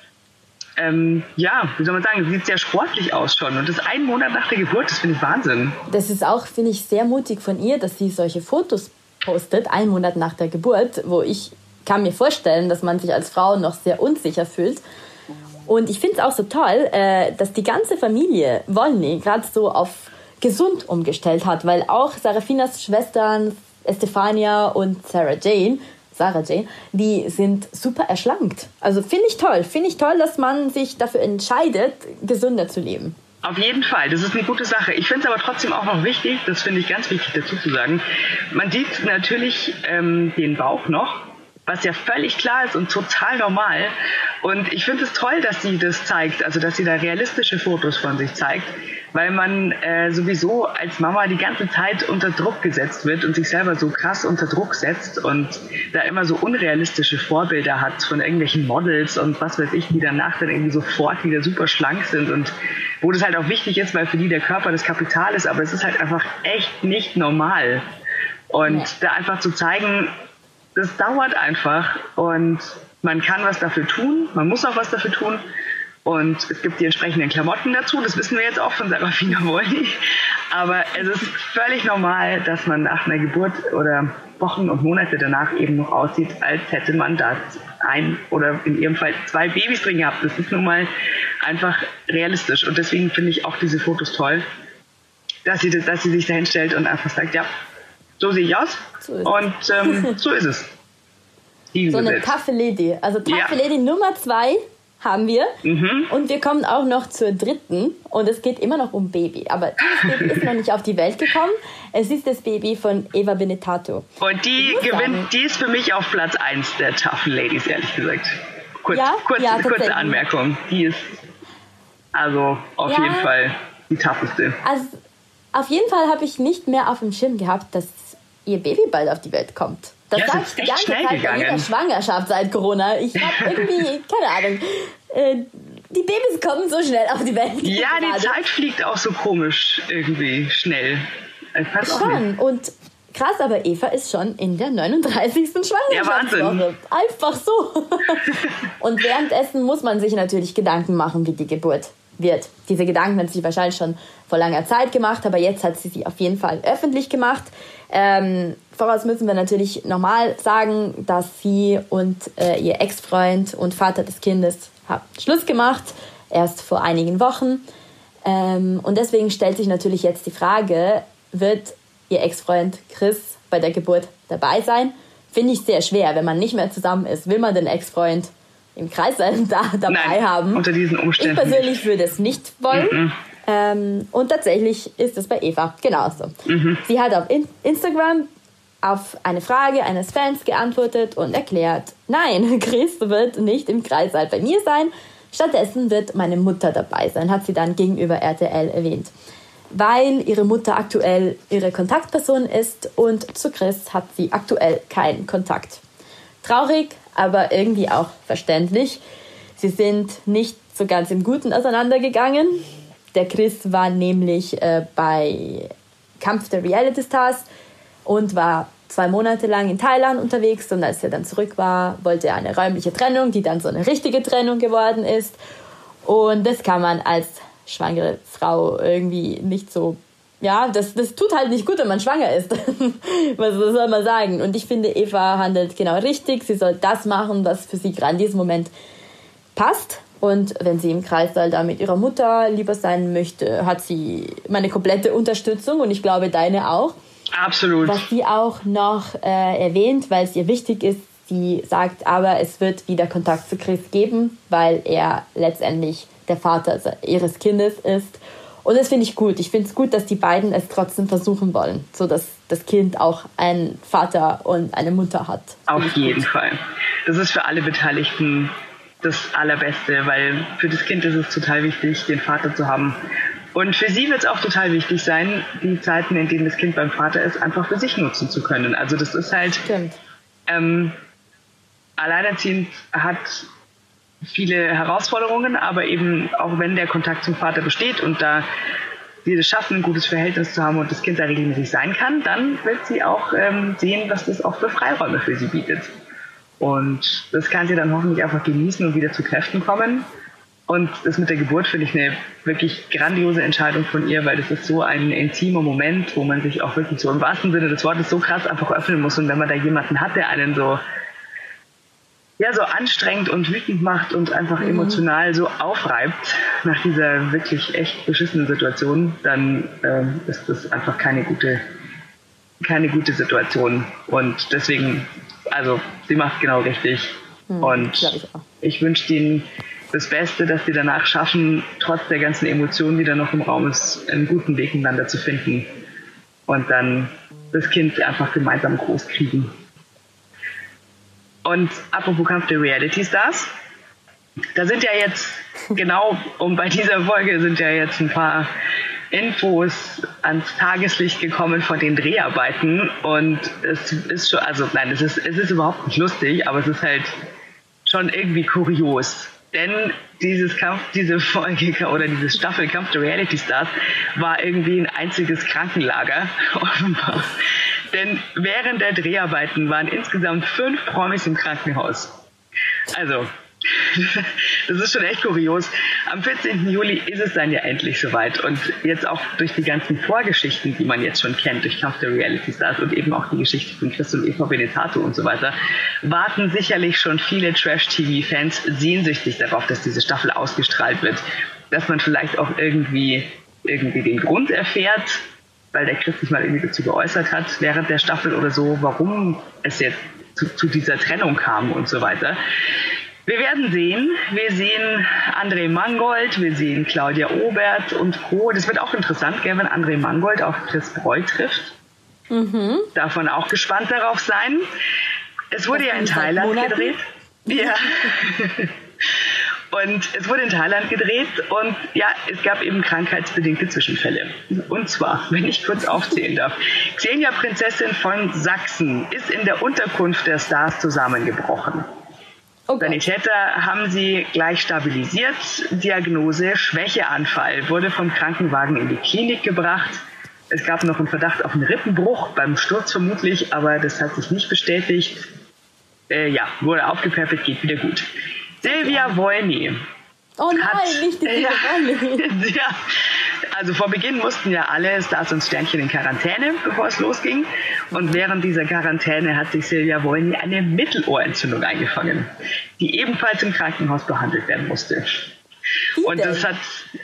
wie soll man sagen, sie sieht sehr sportlich aus schon. Und das 1 Monat nach der Geburt, das finde ich Wahnsinn. Das ist auch, finde ich, sehr mutig von ihr, dass sie solche Fotos postet, 1 Monat nach der Geburt, wo ich kann mir vorstellen, dass man sich als Frau noch sehr unsicher fühlt. Und ich finde es auch so toll, dass die ganze Familie Wolny gerade so auf gesund umgestellt hat, weil auch Serafinas Schwestern Estefania und Sarah Jane, die sind super erschlankt. Also finde ich toll, dass man sich dafür entscheidet, gesünder zu leben. Auf jeden Fall, das ist eine gute Sache. Ich finde es aber trotzdem auch noch wichtig, das finde ich ganz wichtig dazu zu sagen, man sieht natürlich den Bauch noch, was ja völlig klar ist und total normal. Und ich finde es toll, dass sie das zeigt, also dass sie da realistische Fotos von sich zeigt, weil man sowieso als Mama die ganze Zeit unter Druck gesetzt wird und sich selber so krass unter Druck setzt und da immer so unrealistische Vorbilder hat von irgendwelchen Models und was weiß ich, die danach dann irgendwie sofort wieder super schlank sind und wo das halt auch wichtig ist, weil für die der Körper das Kapital ist, aber es ist halt einfach echt nicht normal. Und da einfach zu zeigen, das dauert einfach und man kann was dafür tun, man muss auch was dafür tun und es gibt die entsprechenden Klamotten dazu, das wissen wir jetzt auch von Serafina Wolny, aber es ist völlig normal, dass man nach einer Geburt oder Wochen und Monate danach eben noch aussieht, als hätte man da 1 oder in ihrem Fall 2 Babys drin gehabt. Das ist nun mal einfach realistisch und deswegen finde ich auch diese Fotos toll, dass sie sich da hinstellt und einfach sagt, ja, so sehe ich aus und so ist es. So eine taffe Lady. Also taffe Lady Nummer 2 haben wir. Und wir kommen auch noch zur 3. Und es geht immer noch um Baby. Aber dieses Baby ist noch nicht auf die Welt gekommen. Es ist das Baby von Eva Benetato. Und die ist für mich auf Platz 1 der taffen Ladies, ehrlich gesagt. Kurze Anmerkung. Die ist also auf jeden Fall die tougheste. Also auf jeden Fall habe ich nicht mehr auf dem Schirm gehabt, dass ihr Baby bald auf die Welt kommt. Das sage ich die ganze Zeit bei jeder Schwangerschaft seit Corona. Ich habe irgendwie, keine Ahnung, die Babys kommen so schnell auf die Welt. Ja, die Zeit fliegt auch so komisch irgendwie schnell. Schon. Und krass, aber Eva ist schon in der 39. Schwangerschaftswoche. Ja, Wahnsinn. Einfach so. Und währenddessen muss man sich natürlich Gedanken machen, wie die Geburt wird. Diese Gedanken hat sie wahrscheinlich schon vor langer Zeit gemacht, aber jetzt hat sie auf jeden Fall öffentlich gemacht. Voraus müssen wir natürlich nochmal sagen, dass sie und ihr Ex-Freund und Vater des Kindes haben Schluss gemacht, erst vor einigen Wochen. Und deswegen stellt sich natürlich jetzt die Frage, wird ihr Ex-Freund Chris bei der Geburt dabei sein? Finde ich sehr schwer, wenn man nicht mehr zusammen ist. Will man den Ex-Freund im Kreißsaal dabei Nein, haben? Unter diesen Umständen. Ich persönlich würde es nicht wollen. Und tatsächlich ist es bei Eva genauso. Sie hat auf Instagram auf eine Frage eines Fans geantwortet und erklärt, nein, Chris wird nicht im Kreißsaal bei mir sein, stattdessen wird meine Mutter dabei sein, hat sie dann gegenüber RTL erwähnt. Weil ihre Mutter aktuell ihre Kontaktperson ist und zu Chris hat sie aktuell keinen Kontakt. Traurig, aber irgendwie auch verständlich. Sie sind nicht so ganz im Guten auseinandergegangen. Der Chris war nämlich bei Kampf der Reality Stars und war 2 Monate lang in Thailand unterwegs. Und als er dann zurück war, wollte er eine räumliche Trennung, die dann so eine richtige Trennung geworden ist. Und das kann man als schwangere Frau irgendwie nicht so... Ja, das tut halt nicht gut, wenn man schwanger ist. Was soll man sagen? Und ich finde, Eva handelt genau richtig. Sie soll das machen, was für sie gerade in diesem Moment passt. Und wenn sie im Kreißsaal da mit ihrer Mutter lieber sein möchte, hat sie meine komplette Unterstützung und ich glaube deine auch. Absolut. Was sie auch noch erwähnt, weil es ihr wichtig ist, sie sagt, aber es wird wieder Kontakt zu Chris geben, weil er letztendlich der Vater ihres Kindes ist. Und das finde ich gut. Ich finde es gut, dass die beiden es trotzdem versuchen wollen, sodass das Kind auch einen Vater und eine Mutter hat. Auf jeden Fall. Das ist für alle Beteiligten das Allerbeste, weil für das Kind ist es total wichtig, den Vater zu haben. Und für sie wird es auch total wichtig sein, die Zeiten, in denen das Kind beim Vater ist, einfach für sich nutzen zu können. Also das ist halt... Alleinerziehend hat viele Herausforderungen, aber eben auch wenn der Kontakt zum Vater besteht und da die es schaffen, ein gutes Verhältnis zu haben und das Kind da regelmäßig sein kann, dann wird sie auch sehen, was das auch für Freiräume für sie bietet. Und das kann sie dann hoffentlich einfach genießen und wieder zu Kräften kommen. Und das mit der Geburt finde ich eine wirklich grandiose Entscheidung von ihr, weil das ist so ein intimer Moment, wo man sich auch wirklich so im wahrsten Sinne des Wortes so krass einfach öffnen muss. Und wenn man da jemanden hat, der einen so anstrengend und wütend macht und einfach emotional so aufreibt nach dieser wirklich echt beschissenen Situation, dann ist das einfach keine gute Situation. Und deswegen, also sie macht genau richtig. Und ich wünsche ihnen das Beste, dass sie danach schaffen, trotz der ganzen Emotionen, die da noch im Raum ist, einen guten Weg miteinander zu finden und dann das Kind einfach gemeinsam groß kriegen. Und apropos Kampf der Reality Stars, da sind ja jetzt, genau, und bei dieser Folge sind ja jetzt ein paar Infos ans Tageslicht gekommen von den Dreharbeiten und es ist schon, es ist überhaupt nicht lustig, aber es ist halt schon irgendwie kurios. Denn diese Folge oder diese Staffel Kampf der Reality Stars war irgendwie ein einziges Krankenlager, offenbar. Denn während der Dreharbeiten waren insgesamt 5 Promis im Krankenhaus. Also, das ist schon echt kurios. Am 14. Juli ist es dann ja endlich soweit. Und jetzt auch durch die ganzen Vorgeschichten, die man jetzt schon kennt, durch Kampf der Reality Stars und eben auch die Geschichte von Chris und Eva Benetato und so weiter, warten sicherlich schon viele Trash-TV-Fans sehnsüchtig darauf, dass diese Staffel ausgestrahlt wird. Dass man vielleicht auch irgendwie den Grund erfährt, weil der Chris sich mal irgendwie dazu geäußert hat während der Staffel oder so, warum es jetzt zu dieser Trennung kam und so weiter. Wir werden sehen. Wir sehen André Mangold, wir sehen Claudia Obert und Co. Das wird auch interessant, gell, wenn André Mangold auf Chris Breu trifft. Darf man auch gespannt darauf sein. Es wurde ja in Thailand gedreht. Ja. Und es wurde in Thailand gedreht und ja, es gab eben krankheitsbedingte Zwischenfälle. Und zwar, wenn ich kurz aufzählen darf, Xenia Prinzessin von Sachsen ist in der Unterkunft der Stars zusammengebrochen. Sanitäter haben sie gleich stabilisiert. Diagnose Schwächeanfall, wurde vom Krankenwagen in die Klinik gebracht. Es gab noch einen Verdacht auf einen Rippenbruch, beim Sturz vermutlich, aber das hat sich nicht bestätigt. Wurde aufgepäppelt, geht wieder gut. Silvia Wolny. Oh nein, nicht die Silvia Wolny. Ja, also vor Beginn mussten ja alle Stars und Sternchen in Quarantäne, bevor es losging. Und während dieser Quarantäne hat sich Silvia Wolny eine Mittelohrentzündung eingefangen, die ebenfalls im Krankenhaus behandelt werden musste. Und das habe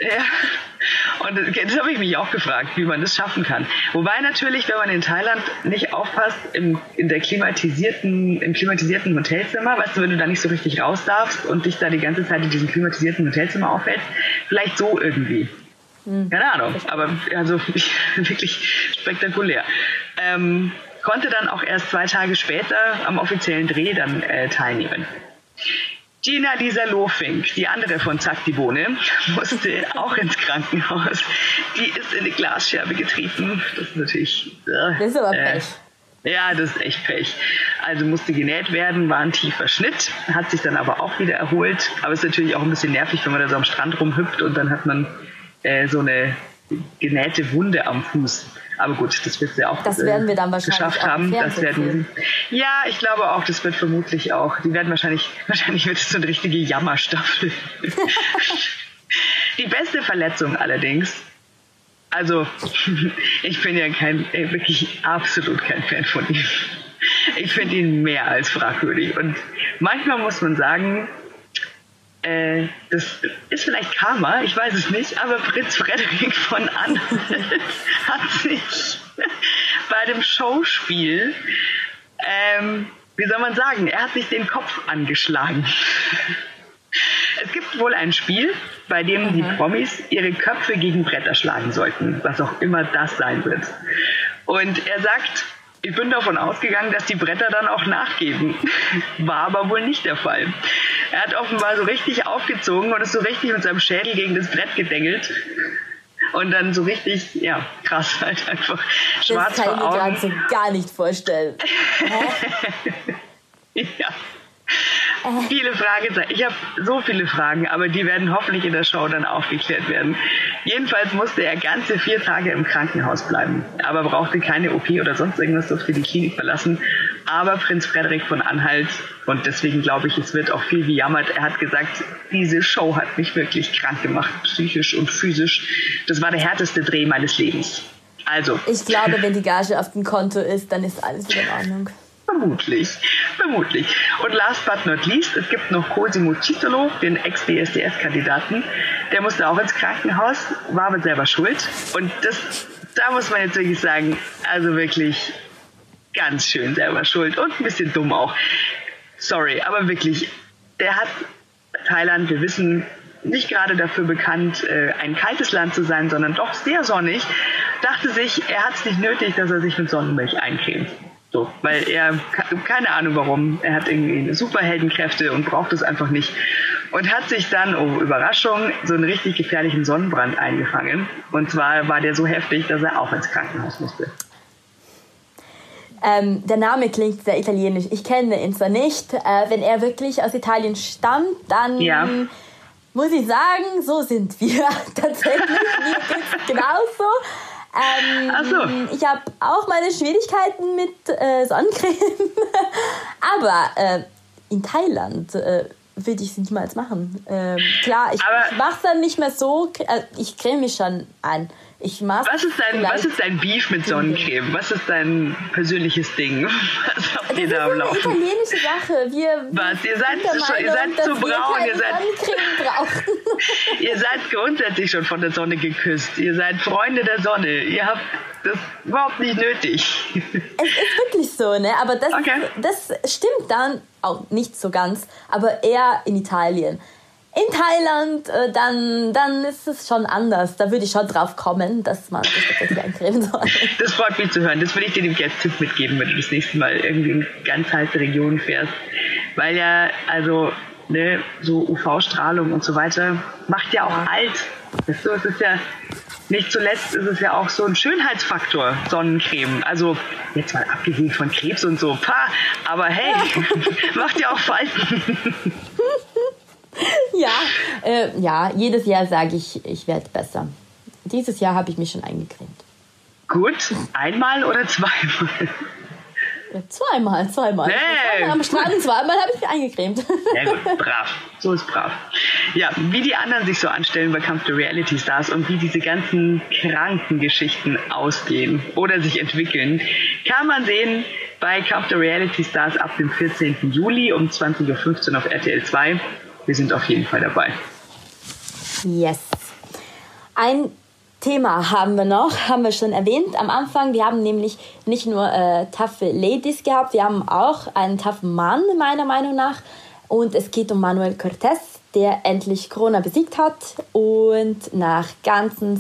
ich mich auch gefragt, wie man das schaffen kann. Wobei natürlich, wenn man in Thailand nicht aufpasst, im klimatisierten Hotelzimmer, weißt du, wenn du da nicht so richtig raus darfst und dich da die ganze Zeit in diesem klimatisierten Hotelzimmer aufhältst, vielleicht so irgendwie. Keine Ahnung, aber also wirklich spektakulär. Konnte dann auch erst 2 Tage später am offiziellen Dreh dann teilnehmen. Gina-Lisa Lofink, die andere von Zack die Bohne, musste auch ins Krankenhaus. Die ist in eine Glasscherbe getreten. Das ist natürlich... das ist aber Pech. Ja, das ist echt Pech. Also musste genäht werden, war ein tiefer Schnitt, hat sich dann aber auch wieder erholt. Aber es ist natürlich auch ein bisschen nervig, wenn man da so am Strand rumhüpft und dann hat man so eine genähte Wunde am Fuß. Aber gut, das wird sie auch das werden wir dann wahrscheinlich geschafft haben. Das werden ja, ich glaube auch, das wird vermutlich auch. Die werden wahrscheinlich wird es so eine richtige Jammerstaffel. Die beste Verletzung allerdings, also ich bin ja wirklich absolut kein Fan von ihm. Ich finde ihn mehr als fragwürdig. Und manchmal muss man sagen, das ist vielleicht Karma, ich weiß es nicht, aber Prinz Frederik von Anhalt hat sich bei dem Showspiel, wie soll man sagen, er hat sich den Kopf angeschlagen. Es gibt wohl ein Spiel, bei dem die Promis ihre Köpfe gegen Bretter schlagen sollten, was auch immer das sein wird. Und er sagt, ich bin davon ausgegangen, dass die Bretter dann auch nachgeben. War aber wohl nicht der Fall. Er hat offenbar so richtig aufgezogen und ist so richtig mit seinem Schädel gegen das Brett gedengelt. Und dann so richtig, ja, krass, halt einfach schwarz vor Augen. Das kann ich mir gerade so gar nicht vorstellen. Ja. Viele Fragezeichen. Ich habe so viele Fragen, aber die werden hoffentlich in der Show dann aufgeklärt werden. Jedenfalls musste er ganze 4 Tage im Krankenhaus bleiben, aber brauchte keine OP oder sonst irgendwas, durfte die Klinik verlassen. Aber Prinz Frederik von Anhalt, und deswegen glaube ich, es wird auch viel gejammert, er hat gesagt, diese Show hat mich wirklich krank gemacht, psychisch und physisch. Das war der härteste Dreh meines Lebens. Also. Ich glaube, wenn die Gage auf dem Konto ist, dann ist alles wieder in Ordnung. Vermutlich. Und last but not least, es gibt noch Cosimo Citolo, den Ex-DSDS-Kandidaten. Der musste auch ins Krankenhaus, war aber selber schuld. Und da muss man jetzt wirklich sagen, also wirklich ganz schön selber schuld und ein bisschen dumm auch. Sorry, aber wirklich, der hat Thailand, wir wissen, nicht gerade dafür bekannt, ein kaltes Land zu sein, sondern doch sehr sonnig, dachte sich, er hat es nicht nötig, dass er sich mit Sonnenmilch eincremt. So, weil er, keine Ahnung warum, er hat irgendwie Superheldenkräfte und braucht es einfach nicht. Und hat sich dann, oh Überraschung, so einen richtig gefährlichen Sonnenbrand eingefangen. Und zwar war der so heftig, dass er auch ins Krankenhaus musste. Der Name klingt sehr italienisch. Ich kenne ihn zwar nicht. Wenn er wirklich aus Italien stammt, dann muss ich sagen, so sind wir tatsächlich. Mir geht's genauso. Ich habe auch meine Schwierigkeiten mit Sonnencreme. Aber in Thailand würde ich es niemals machen. Klar, ich mache es dann nicht mehr so. Ich creme mich schon an. Was ist dein Beef mit Sonnencreme? Was ist dein persönliches Ding? Was habt ihr da am Laufen? Das ist eine italienische Sache. Ihr seid zu braun. Ihr seid grundsätzlich schon von der Sonne geküsst. Ihr seid Freunde der Sonne. Ihr habt das überhaupt nicht nötig. Es ist wirklich so, ne? Aber das stimmt dann auch nicht so ganz, aber eher in Italien. In Thailand, dann ist es schon anders. Da würde ich schon drauf kommen, dass man sich tatsächlich eincremen soll. Das freut mich zu hören. Das will ich dir nämlich als Tipp mitgeben, wenn du das nächste Mal irgendwie in ganz heiße Regionen fährst. Weil ja, also, ne, so UV-Strahlung und so weiter macht ja auch alt. Weißt du, es ist ja, nicht zuletzt ist es ja auch so ein Schönheitsfaktor, Sonnencreme. Also, jetzt mal abgesehen von Krebs und so, aber hey, macht ja auch Falten. Ja, jedes Jahr sage ich werde besser. Dieses Jahr habe ich mich schon eingecremt. Gut, einmal oder zweimal? Zweimal. Nee. Am Strand zweimal habe ich mich eingecremt. Sehr gut, brav. So ist brav. Ja, wie die anderen sich so anstellen bei Kampf der Reality Stars und wie diese ganzen kranken Geschichten ausgehen oder sich entwickeln, kann man sehen bei Kampf der Reality Stars ab dem 14. Juli um 20.15 Uhr auf RTL 2. Wir sind auf jeden Fall dabei. Yes. Ein Thema haben wir schon erwähnt am Anfang. Wir haben nämlich nicht nur taffe Ladies gehabt, wir haben auch einen taffen Mann, meiner Meinung nach. Und es geht um Manuel Cortés, der endlich Corona besiegt hat und nach ganzen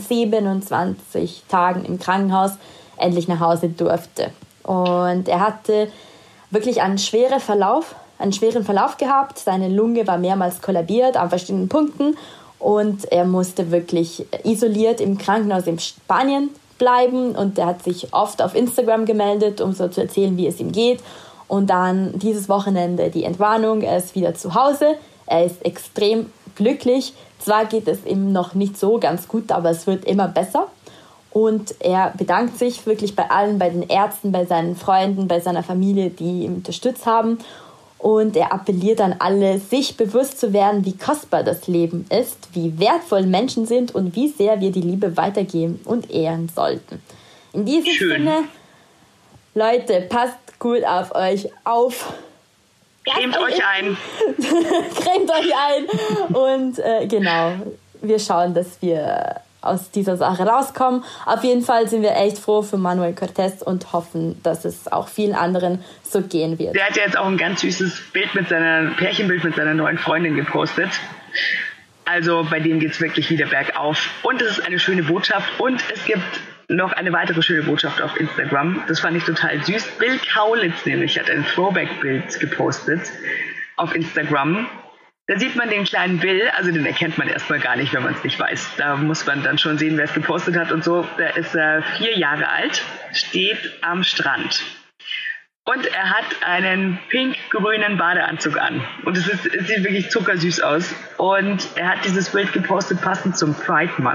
27 Tagen im Krankenhaus endlich nach Hause durfte. Und er hatte wirklich einen schweren Verlauf gehabt. Seine Lunge war mehrmals kollabiert an verschiedenen Punkten und er musste wirklich isoliert im Krankenhaus in Spanien bleiben und er hat sich oft auf Instagram gemeldet, um so zu erzählen, wie es ihm geht. Und dann dieses Wochenende die Entwarnung, er ist wieder zu Hause, er ist extrem glücklich. Zwar geht es ihm noch nicht so ganz gut, aber es wird immer besser. Und er bedankt sich wirklich bei allen, bei den Ärzten, bei seinen Freunden, bei seiner Familie, die ihn unterstützt haben. Und er appelliert an alle, sich bewusst zu werden, wie kostbar das Leben ist, wie wertvoll Menschen sind und wie sehr wir die Liebe weitergeben und ehren sollten. In diesem Sinne, Leute, passt gut auf euch auf. Cremt euch ein. Cremt euch ein. Und genau, wir schauen, dass wir aus dieser Sache rauskommen. Auf jeden Fall sind wir echt froh für Manuel Cortés und hoffen, dass es auch vielen anderen so gehen wird. Der hat ja jetzt auch ein ganz süßes Pärchenbild mit seiner neuen Freundin gepostet. Also bei dem geht es wirklich wieder bergauf. Und es ist eine schöne Botschaft. Und es gibt noch eine weitere schöne Botschaft auf Instagram. Das fand ich total süß. Bill Kaulitz nämlich hat ein Throwback-Bild gepostet auf Instagram. Da sieht man den kleinen Bill, also den erkennt man erstmal gar nicht, wenn man es nicht weiß. Da muss man dann schon sehen, wer es gepostet hat und so. Da ist er 4 Jahre alt, steht am Strand. Und er hat einen pink-grünen Badeanzug an. Und es sieht wirklich zuckersüß aus. Und er hat dieses Bild gepostet, passend zum Pride Month.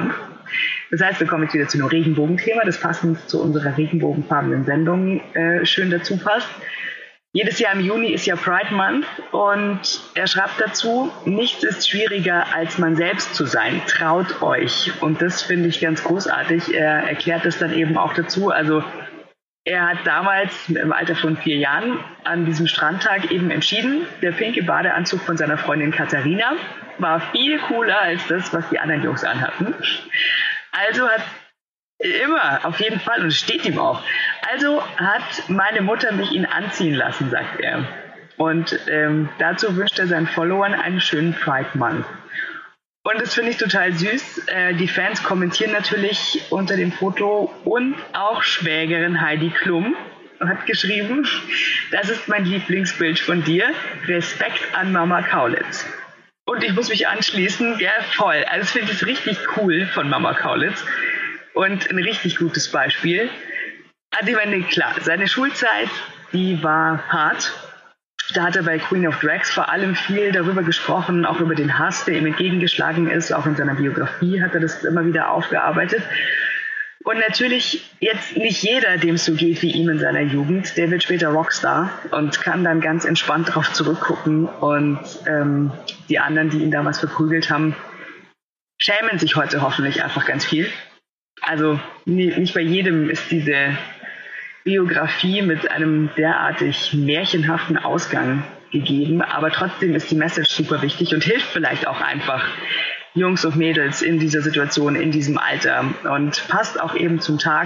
Das heißt, wir kommen jetzt wieder zu einem Regenbogenthema, das passend zu unserer regenbogenfarbenen Sendung schön dazu passt. Jedes Jahr im Juni ist ja Pride Month und er schreibt dazu, nichts ist schwieriger als man selbst zu sein, traut euch. Und das finde ich ganz großartig. Er erklärt das dann eben auch dazu. Also er hat damals im Alter von 4 Jahren an diesem Strandtag eben entschieden, der pinke Badeanzug von seiner Freundin Katharina war viel cooler als das, was die anderen Jungs anhatten. Also hat immer, auf jeden Fall, und es steht ihm auch. Also hat meine Mutter mich ihn anziehen lassen, sagt er. Und dazu wünscht er seinen Followern einen schönen Pride Month. Und das finde ich total süß. Die Fans kommentieren natürlich unter dem Foto und auch Schwägerin Heidi Klum hat geschrieben, das ist mein Lieblingsbild von dir. Respekt an Mama Kaulitz. Und ich muss mich anschließen, ja voll. Also das finde ich richtig cool von Mama Kaulitz. Und ein richtig gutes Beispiel. Also ich meine, klar, seine Schulzeit, die war hart. Da hat er bei Queen of Drags vor allem viel darüber gesprochen, auch über den Hass, der ihm entgegengeschlagen ist. Auch in seiner Biografie hat er das immer wieder aufgearbeitet. Und natürlich jetzt nicht jeder, dem es so geht wie ihm in seiner Jugend, der wird später Rockstar und kann dann ganz entspannt darauf zurückgucken. Und die anderen, die ihn damals verprügelt haben, schämen sich heute hoffentlich einfach ganz viel. Also nicht bei jedem ist diese Biografie mit einem derartig märchenhaften Ausgang gegeben, aber trotzdem ist die Message super wichtig und hilft vielleicht auch einfach Jungs und Mädels in dieser Situation, in diesem Alter und passt auch eben zum Tag.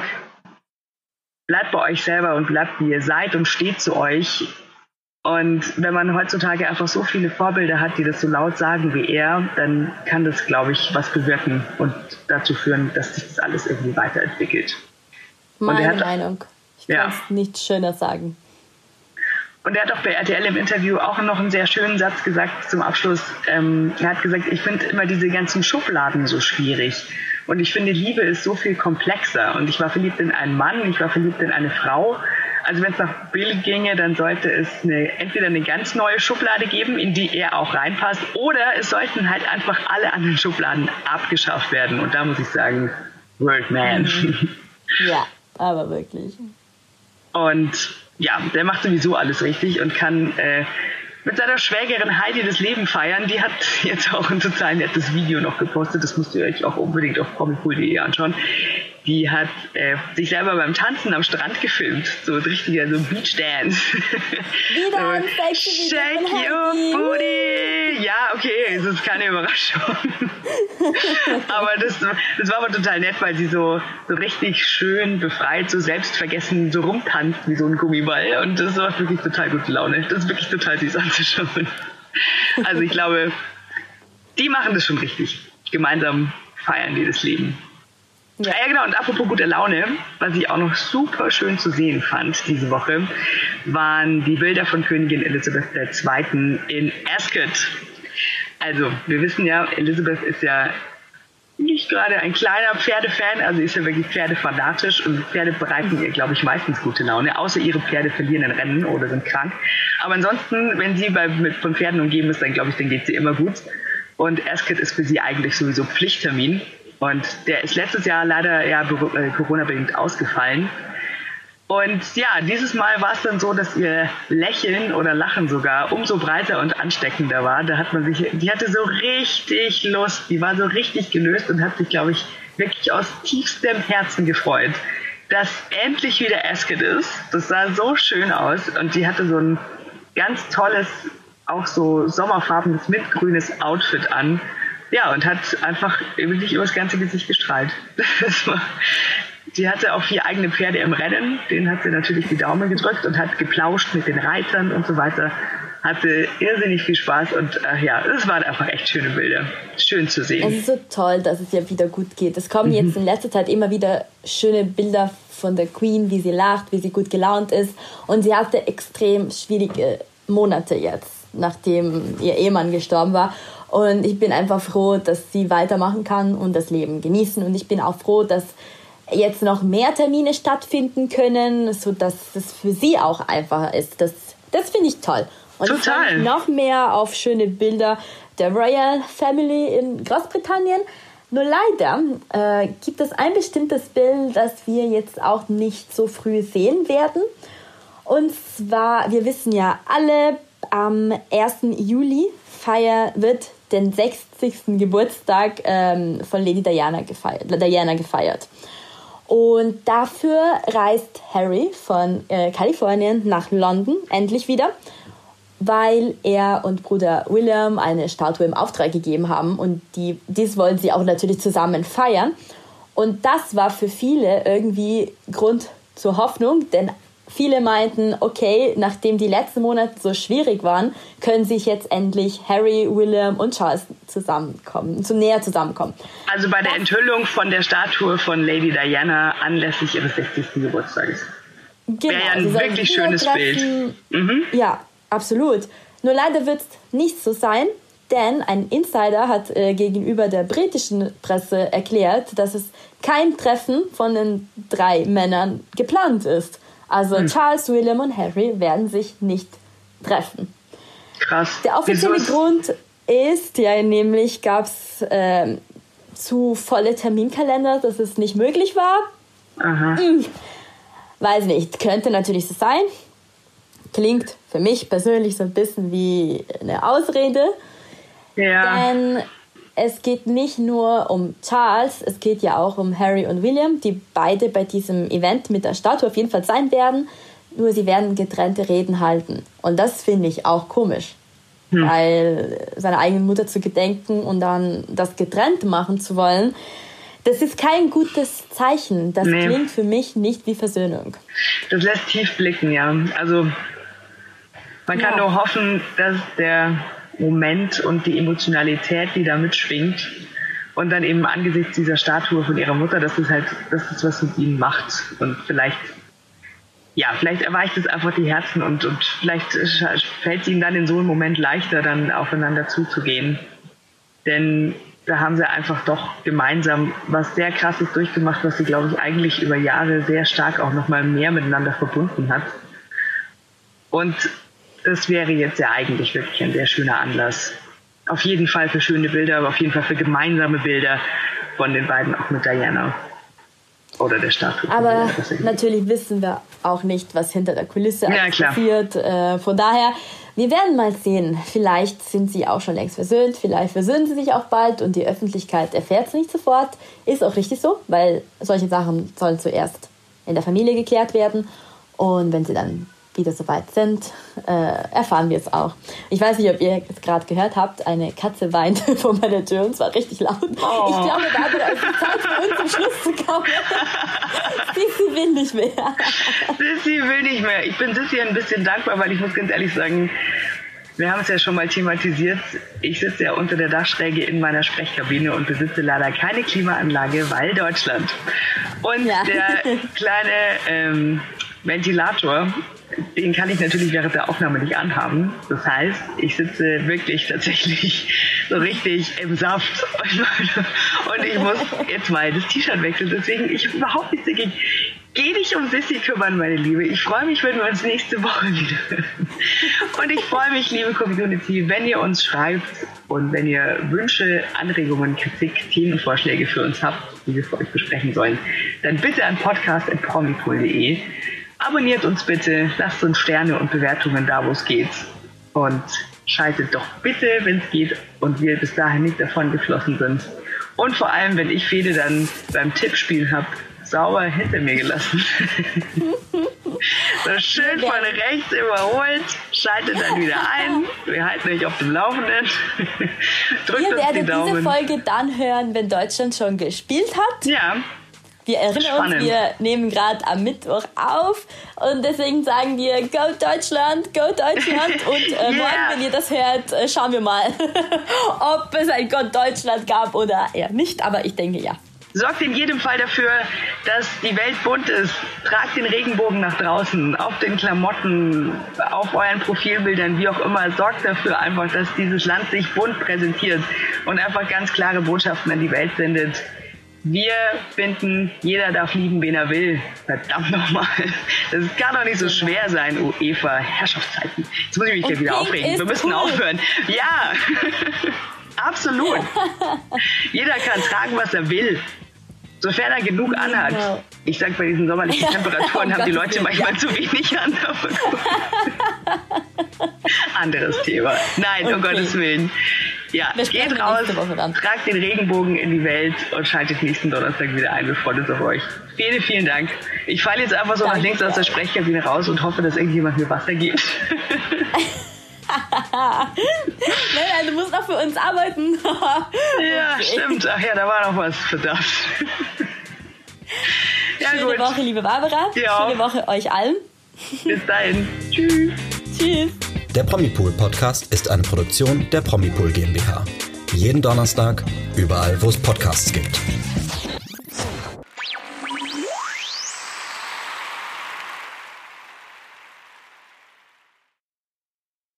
Bleibt bei euch selber und bleibt wie ihr seid und steht zu euch. Und wenn man heutzutage einfach so viele Vorbilder hat, die das so laut sagen wie er, dann kann das, glaube ich, was bewirken und dazu führen, dass sich das alles irgendwie weiterentwickelt. Meine Meinung. Ich kann es nicht schöner sagen. Und er hat auch bei RTL im Interview auch noch einen sehr schönen Satz gesagt zum Abschluss. Er hat gesagt, ich finde immer diese ganzen Schubladen so schwierig. Und ich finde, Liebe ist so viel komplexer. Und ich war verliebt in einen Mann, ich war verliebt in eine Frau. Also wenn es nach Bill ginge, dann sollte es entweder eine ganz neue Schublade geben, in die er auch reinpasst, oder es sollten halt einfach alle anderen Schubladen abgeschafft werden. Und da muss ich sagen, Word Man. Ja, aber wirklich. Und ja, der macht sowieso alles richtig und kann mit seiner Schwägerin Heidi das Leben feiern. Die hat jetzt auch ein total nettes Video noch gepostet. Das müsst ihr euch auch unbedingt auf comicool.de anschauen. Die hat sich selber beim Tanzen am Strand gefilmt. So ein richtiger so Beach-Dance. Wieder ein sexy Video von Shake your booty. Ja, okay, das ist keine Überraschung. Aber das war aber total nett, weil sie so richtig schön befreit, so selbstvergessen so rumtanzt wie so ein Gummiball. Und das war wirklich total gute Laune. Das ist wirklich total süß anzuschauen. Also ich glaube, die machen das schon richtig. Gemeinsam feiern die das Leben. Ja, genau. Und apropos gute Laune, was ich auch noch super schön zu sehen fand diese Woche, waren die Bilder von Königin Elizabeth II. In Ascot. Also, wir wissen ja, Elizabeth ist ja nicht gerade ein kleiner Pferdefan, also ist ja wirklich pferdefanatisch und Pferde bereiten ihr, glaube ich, meistens gute Laune, außer ihre Pferde verlieren ein Rennen oder sind krank. Aber ansonsten, wenn sie von Pferden umgeben ist, dann glaube ich, dann geht sie immer gut. Und Ascot ist für sie eigentlich sowieso Pflichttermin. Und der ist letztes Jahr leider Corona-bedingt ausgefallen. Und ja, dieses Mal war es dann so, dass ihr Lächeln oder Lachen sogar umso breiter und ansteckender war. Da hat man die hatte so richtig Lust, die war so richtig gelöst und hat sich, glaube ich, wirklich aus tiefstem Herzen gefreut, dass endlich wieder Ascot ist. Das sah so schön aus und die hatte so ein ganz tolles, auch so sommerfarbenes, mintgrünes Outfit an. Ja, und hat einfach wirklich über das ganze Gesicht gestrahlt. Sie hatte auch 4 eigene Pferde im Rennen. Denen hat sie natürlich die Daumen gedrückt und hat geplauscht mit den Reitern und so weiter. Hatte irrsinnig viel Spaß und es waren einfach echt schöne Bilder. Schön zu sehen. Es ist so toll, dass es ihr wieder gut geht. Es kommen jetzt in letzter Zeit immer wieder schöne Bilder von der Queen, wie sie lacht, wie sie gut gelaunt ist. Und sie hatte extrem schwierige Monate jetzt, nachdem ihr Ehemann gestorben war. Und ich bin einfach froh, dass sie weitermachen kann und das Leben genießen. Und ich bin auch froh, dass jetzt noch mehr Termine stattfinden können, sodass es für sie auch einfacher ist. Das finde ich toll. Und ich freue mich noch mehr auf schöne Bilder der Royal Family in Großbritannien. Nur leider gibt es ein bestimmtes Bild, das wir jetzt auch nicht so früh sehen werden. Und zwar, wir wissen ja alle, am 1. Juli wird den 60. Geburtstag von Lady Diana gefeiert. Und dafür reist Harry von Kalifornien nach London endlich wieder, weil er und Bruder William eine Statue im Auftrag gegeben haben und dies wollen sie auch natürlich zusammen feiern. Und das war für viele irgendwie Grund zur Hoffnung, denn viele meinten, okay, nachdem die letzten Monate so schwierig waren, können sich jetzt endlich Harry, William und Charles näher zusammenkommen. Also bei der Enthüllung von der Statue von Lady Diana anlässlich ihres 60. Geburtstages. Genau. Wäre ja ein wirklich schönes Bild. Mhm. Ja, absolut. Nur leider wird es nicht so sein, denn ein Insider hat gegenüber der britischen Presse erklärt, dass es kein Treffen von den 3 Männern geplant ist. Also Charles, William und Harry werden sich nicht treffen. Krass. Der offizielle Grund ist, ja, nämlich gab es zu volle Terminkalender, dass es nicht möglich war. Aha. Weiß nicht, könnte natürlich so sein. Klingt für mich persönlich so ein bisschen wie eine Ausrede. Ja. Denn es geht nicht nur um Charles, es geht ja auch um Harry und William, die beide bei diesem Event mit der Statue auf jeden Fall sein werden. Nur sie werden getrennte Reden halten. Und das finde ich auch komisch. Weil seiner eigenen Mutter zu gedenken und dann das getrennt machen zu wollen, das ist kein gutes Zeichen. Das klingt für mich nicht wie Versöhnung. Das lässt tief blicken, ja. Also man kann nur hoffen, dass der Moment und die Emotionalität, die da mitschwingt und dann eben angesichts dieser Statue von ihrer Mutter, dass das was mit ihnen macht und vielleicht erweicht es einfach die Herzen und vielleicht fällt es ihnen dann in so einem Moment leichter, dann aufeinander zuzugehen. Denn da haben sie einfach doch gemeinsam was sehr Krasses durchgemacht, was sie, glaube ich, eigentlich über Jahre sehr stark auch nochmal mehr miteinander verbunden hat. Und das wäre jetzt ja eigentlich wirklich ein sehr schöner Anlass. Auf jeden Fall für schöne Bilder, aber auf jeden Fall für gemeinsame Bilder von den beiden, auch mit Diana. Oder der Statue. Aber natürlich wissen wir auch nicht, was hinter der Kulisse passiert. Von daher, wir werden mal sehen. Vielleicht sind sie auch schon längst versöhnt, vielleicht versöhnen sie sich auch bald und die Öffentlichkeit erfährt es nicht sofort. Ist auch richtig so, weil solche Sachen sollen zuerst in der Familie geklärt werden. Und wenn sie dann wieder soweit sind, erfahren wir es auch. Ich weiß nicht, ob ihr es gerade gehört habt, eine Katze weint vor meiner Tür und zwar richtig laut. Oh. Ich glaube, da ist es Zeit für uns zum Schluss zu kommen. Sissi will nicht mehr. Sissi will nicht mehr. Ich bin Sissi ein bisschen dankbar, weil ich muss ganz ehrlich sagen, wir haben es ja schon mal thematisiert. Ich sitze ja unter der Dachschräge in meiner Sprechkabine und besitze leider keine Klimaanlage, weil Deutschland. Und der kleine Ventilator, den kann ich natürlich während der Aufnahme nicht anhaben. Das heißt, ich sitze wirklich tatsächlich so richtig im Saft und ich muss jetzt mal das T-Shirt wechseln. Deswegen, ich habe überhaupt nichts dagegen. Geh dich um Sissi kümmern, meine Liebe. Ich freue mich, wenn wir uns nächste Woche wieder hören. Und ich freue mich, liebe Community, wenn ihr uns schreibt und wenn ihr Wünsche, Anregungen, Kritik, Themenvorschläge für uns habt, die wir für euch besprechen sollen, dann bitte an podcast@promipool.de. Abonniert uns bitte, lasst uns Sterne und Bewertungen da, wo es geht. Und schaltet doch bitte, wenn es geht und wir bis dahin nicht davon geflossen sind. Und vor allem, wenn ich Fede dann beim Tippspiel habe, sauber hinter mir gelassen. So schön von rechts überholt, schaltet dann wieder ein. Wir halten euch auf dem Laufenden. Drückt ihr uns die werdet Daumen. diese Folge dann hören, wenn Deutschland schon gespielt hat. Ja. Wir erinnern uns, wir nehmen gerade am Mittwoch auf und deswegen sagen wir Go Deutschland, Go Deutschland und morgen, wenn ihr das hört, schauen wir mal, ob es ein Gott Deutschland gab oder eher nicht, aber ich denke ja. Sorgt in jedem Fall dafür, dass die Welt bunt ist. Tragt den Regenbogen nach draußen, auf den Klamotten, auf euren Profilbildern, wie auch immer. Sorgt dafür einfach, dass dieses Land sich bunt präsentiert und einfach ganz klare Botschaften an die Welt sendet. Wir finden, jeder darf lieben, wen er will. Verdammt nochmal. Das kann doch nicht so schwer sein, UEFA. Herrschaftszeiten. Jetzt muss ich mich ja wieder aufregen. Wir müssen aufhören. Ja. Absolut. Jeder kann tragen, was er will, sofern er genug anhat. Genau. Ich sag, bei diesen sommerlichen Temperaturen haben die Leute manchmal zu wenig an. Anderes Thema. Nein, um Gottes Willen. Ja, geht raus, tragt den Regenbogen in die Welt und schaltet nächsten Donnerstag wieder ein. Wir freuen uns auf euch. Vielen, vielen Dank. Ich falle jetzt einfach so nach links aus der Sprechkabine raus und hoffe, dass irgendjemand mir Wasser gibt. Nein, du musst auch für uns arbeiten. Ja, stimmt. Ach ja, da war noch was. Verdammt. Ja, schöne Woche, liebe Barbara. Ja. Schöne Woche euch allen. Bis dahin. Tschüss. Tschüss. Der Promipool Podcast ist eine Produktion der Promipool GmbH. Jeden Donnerstag, überall, wo es Podcasts gibt.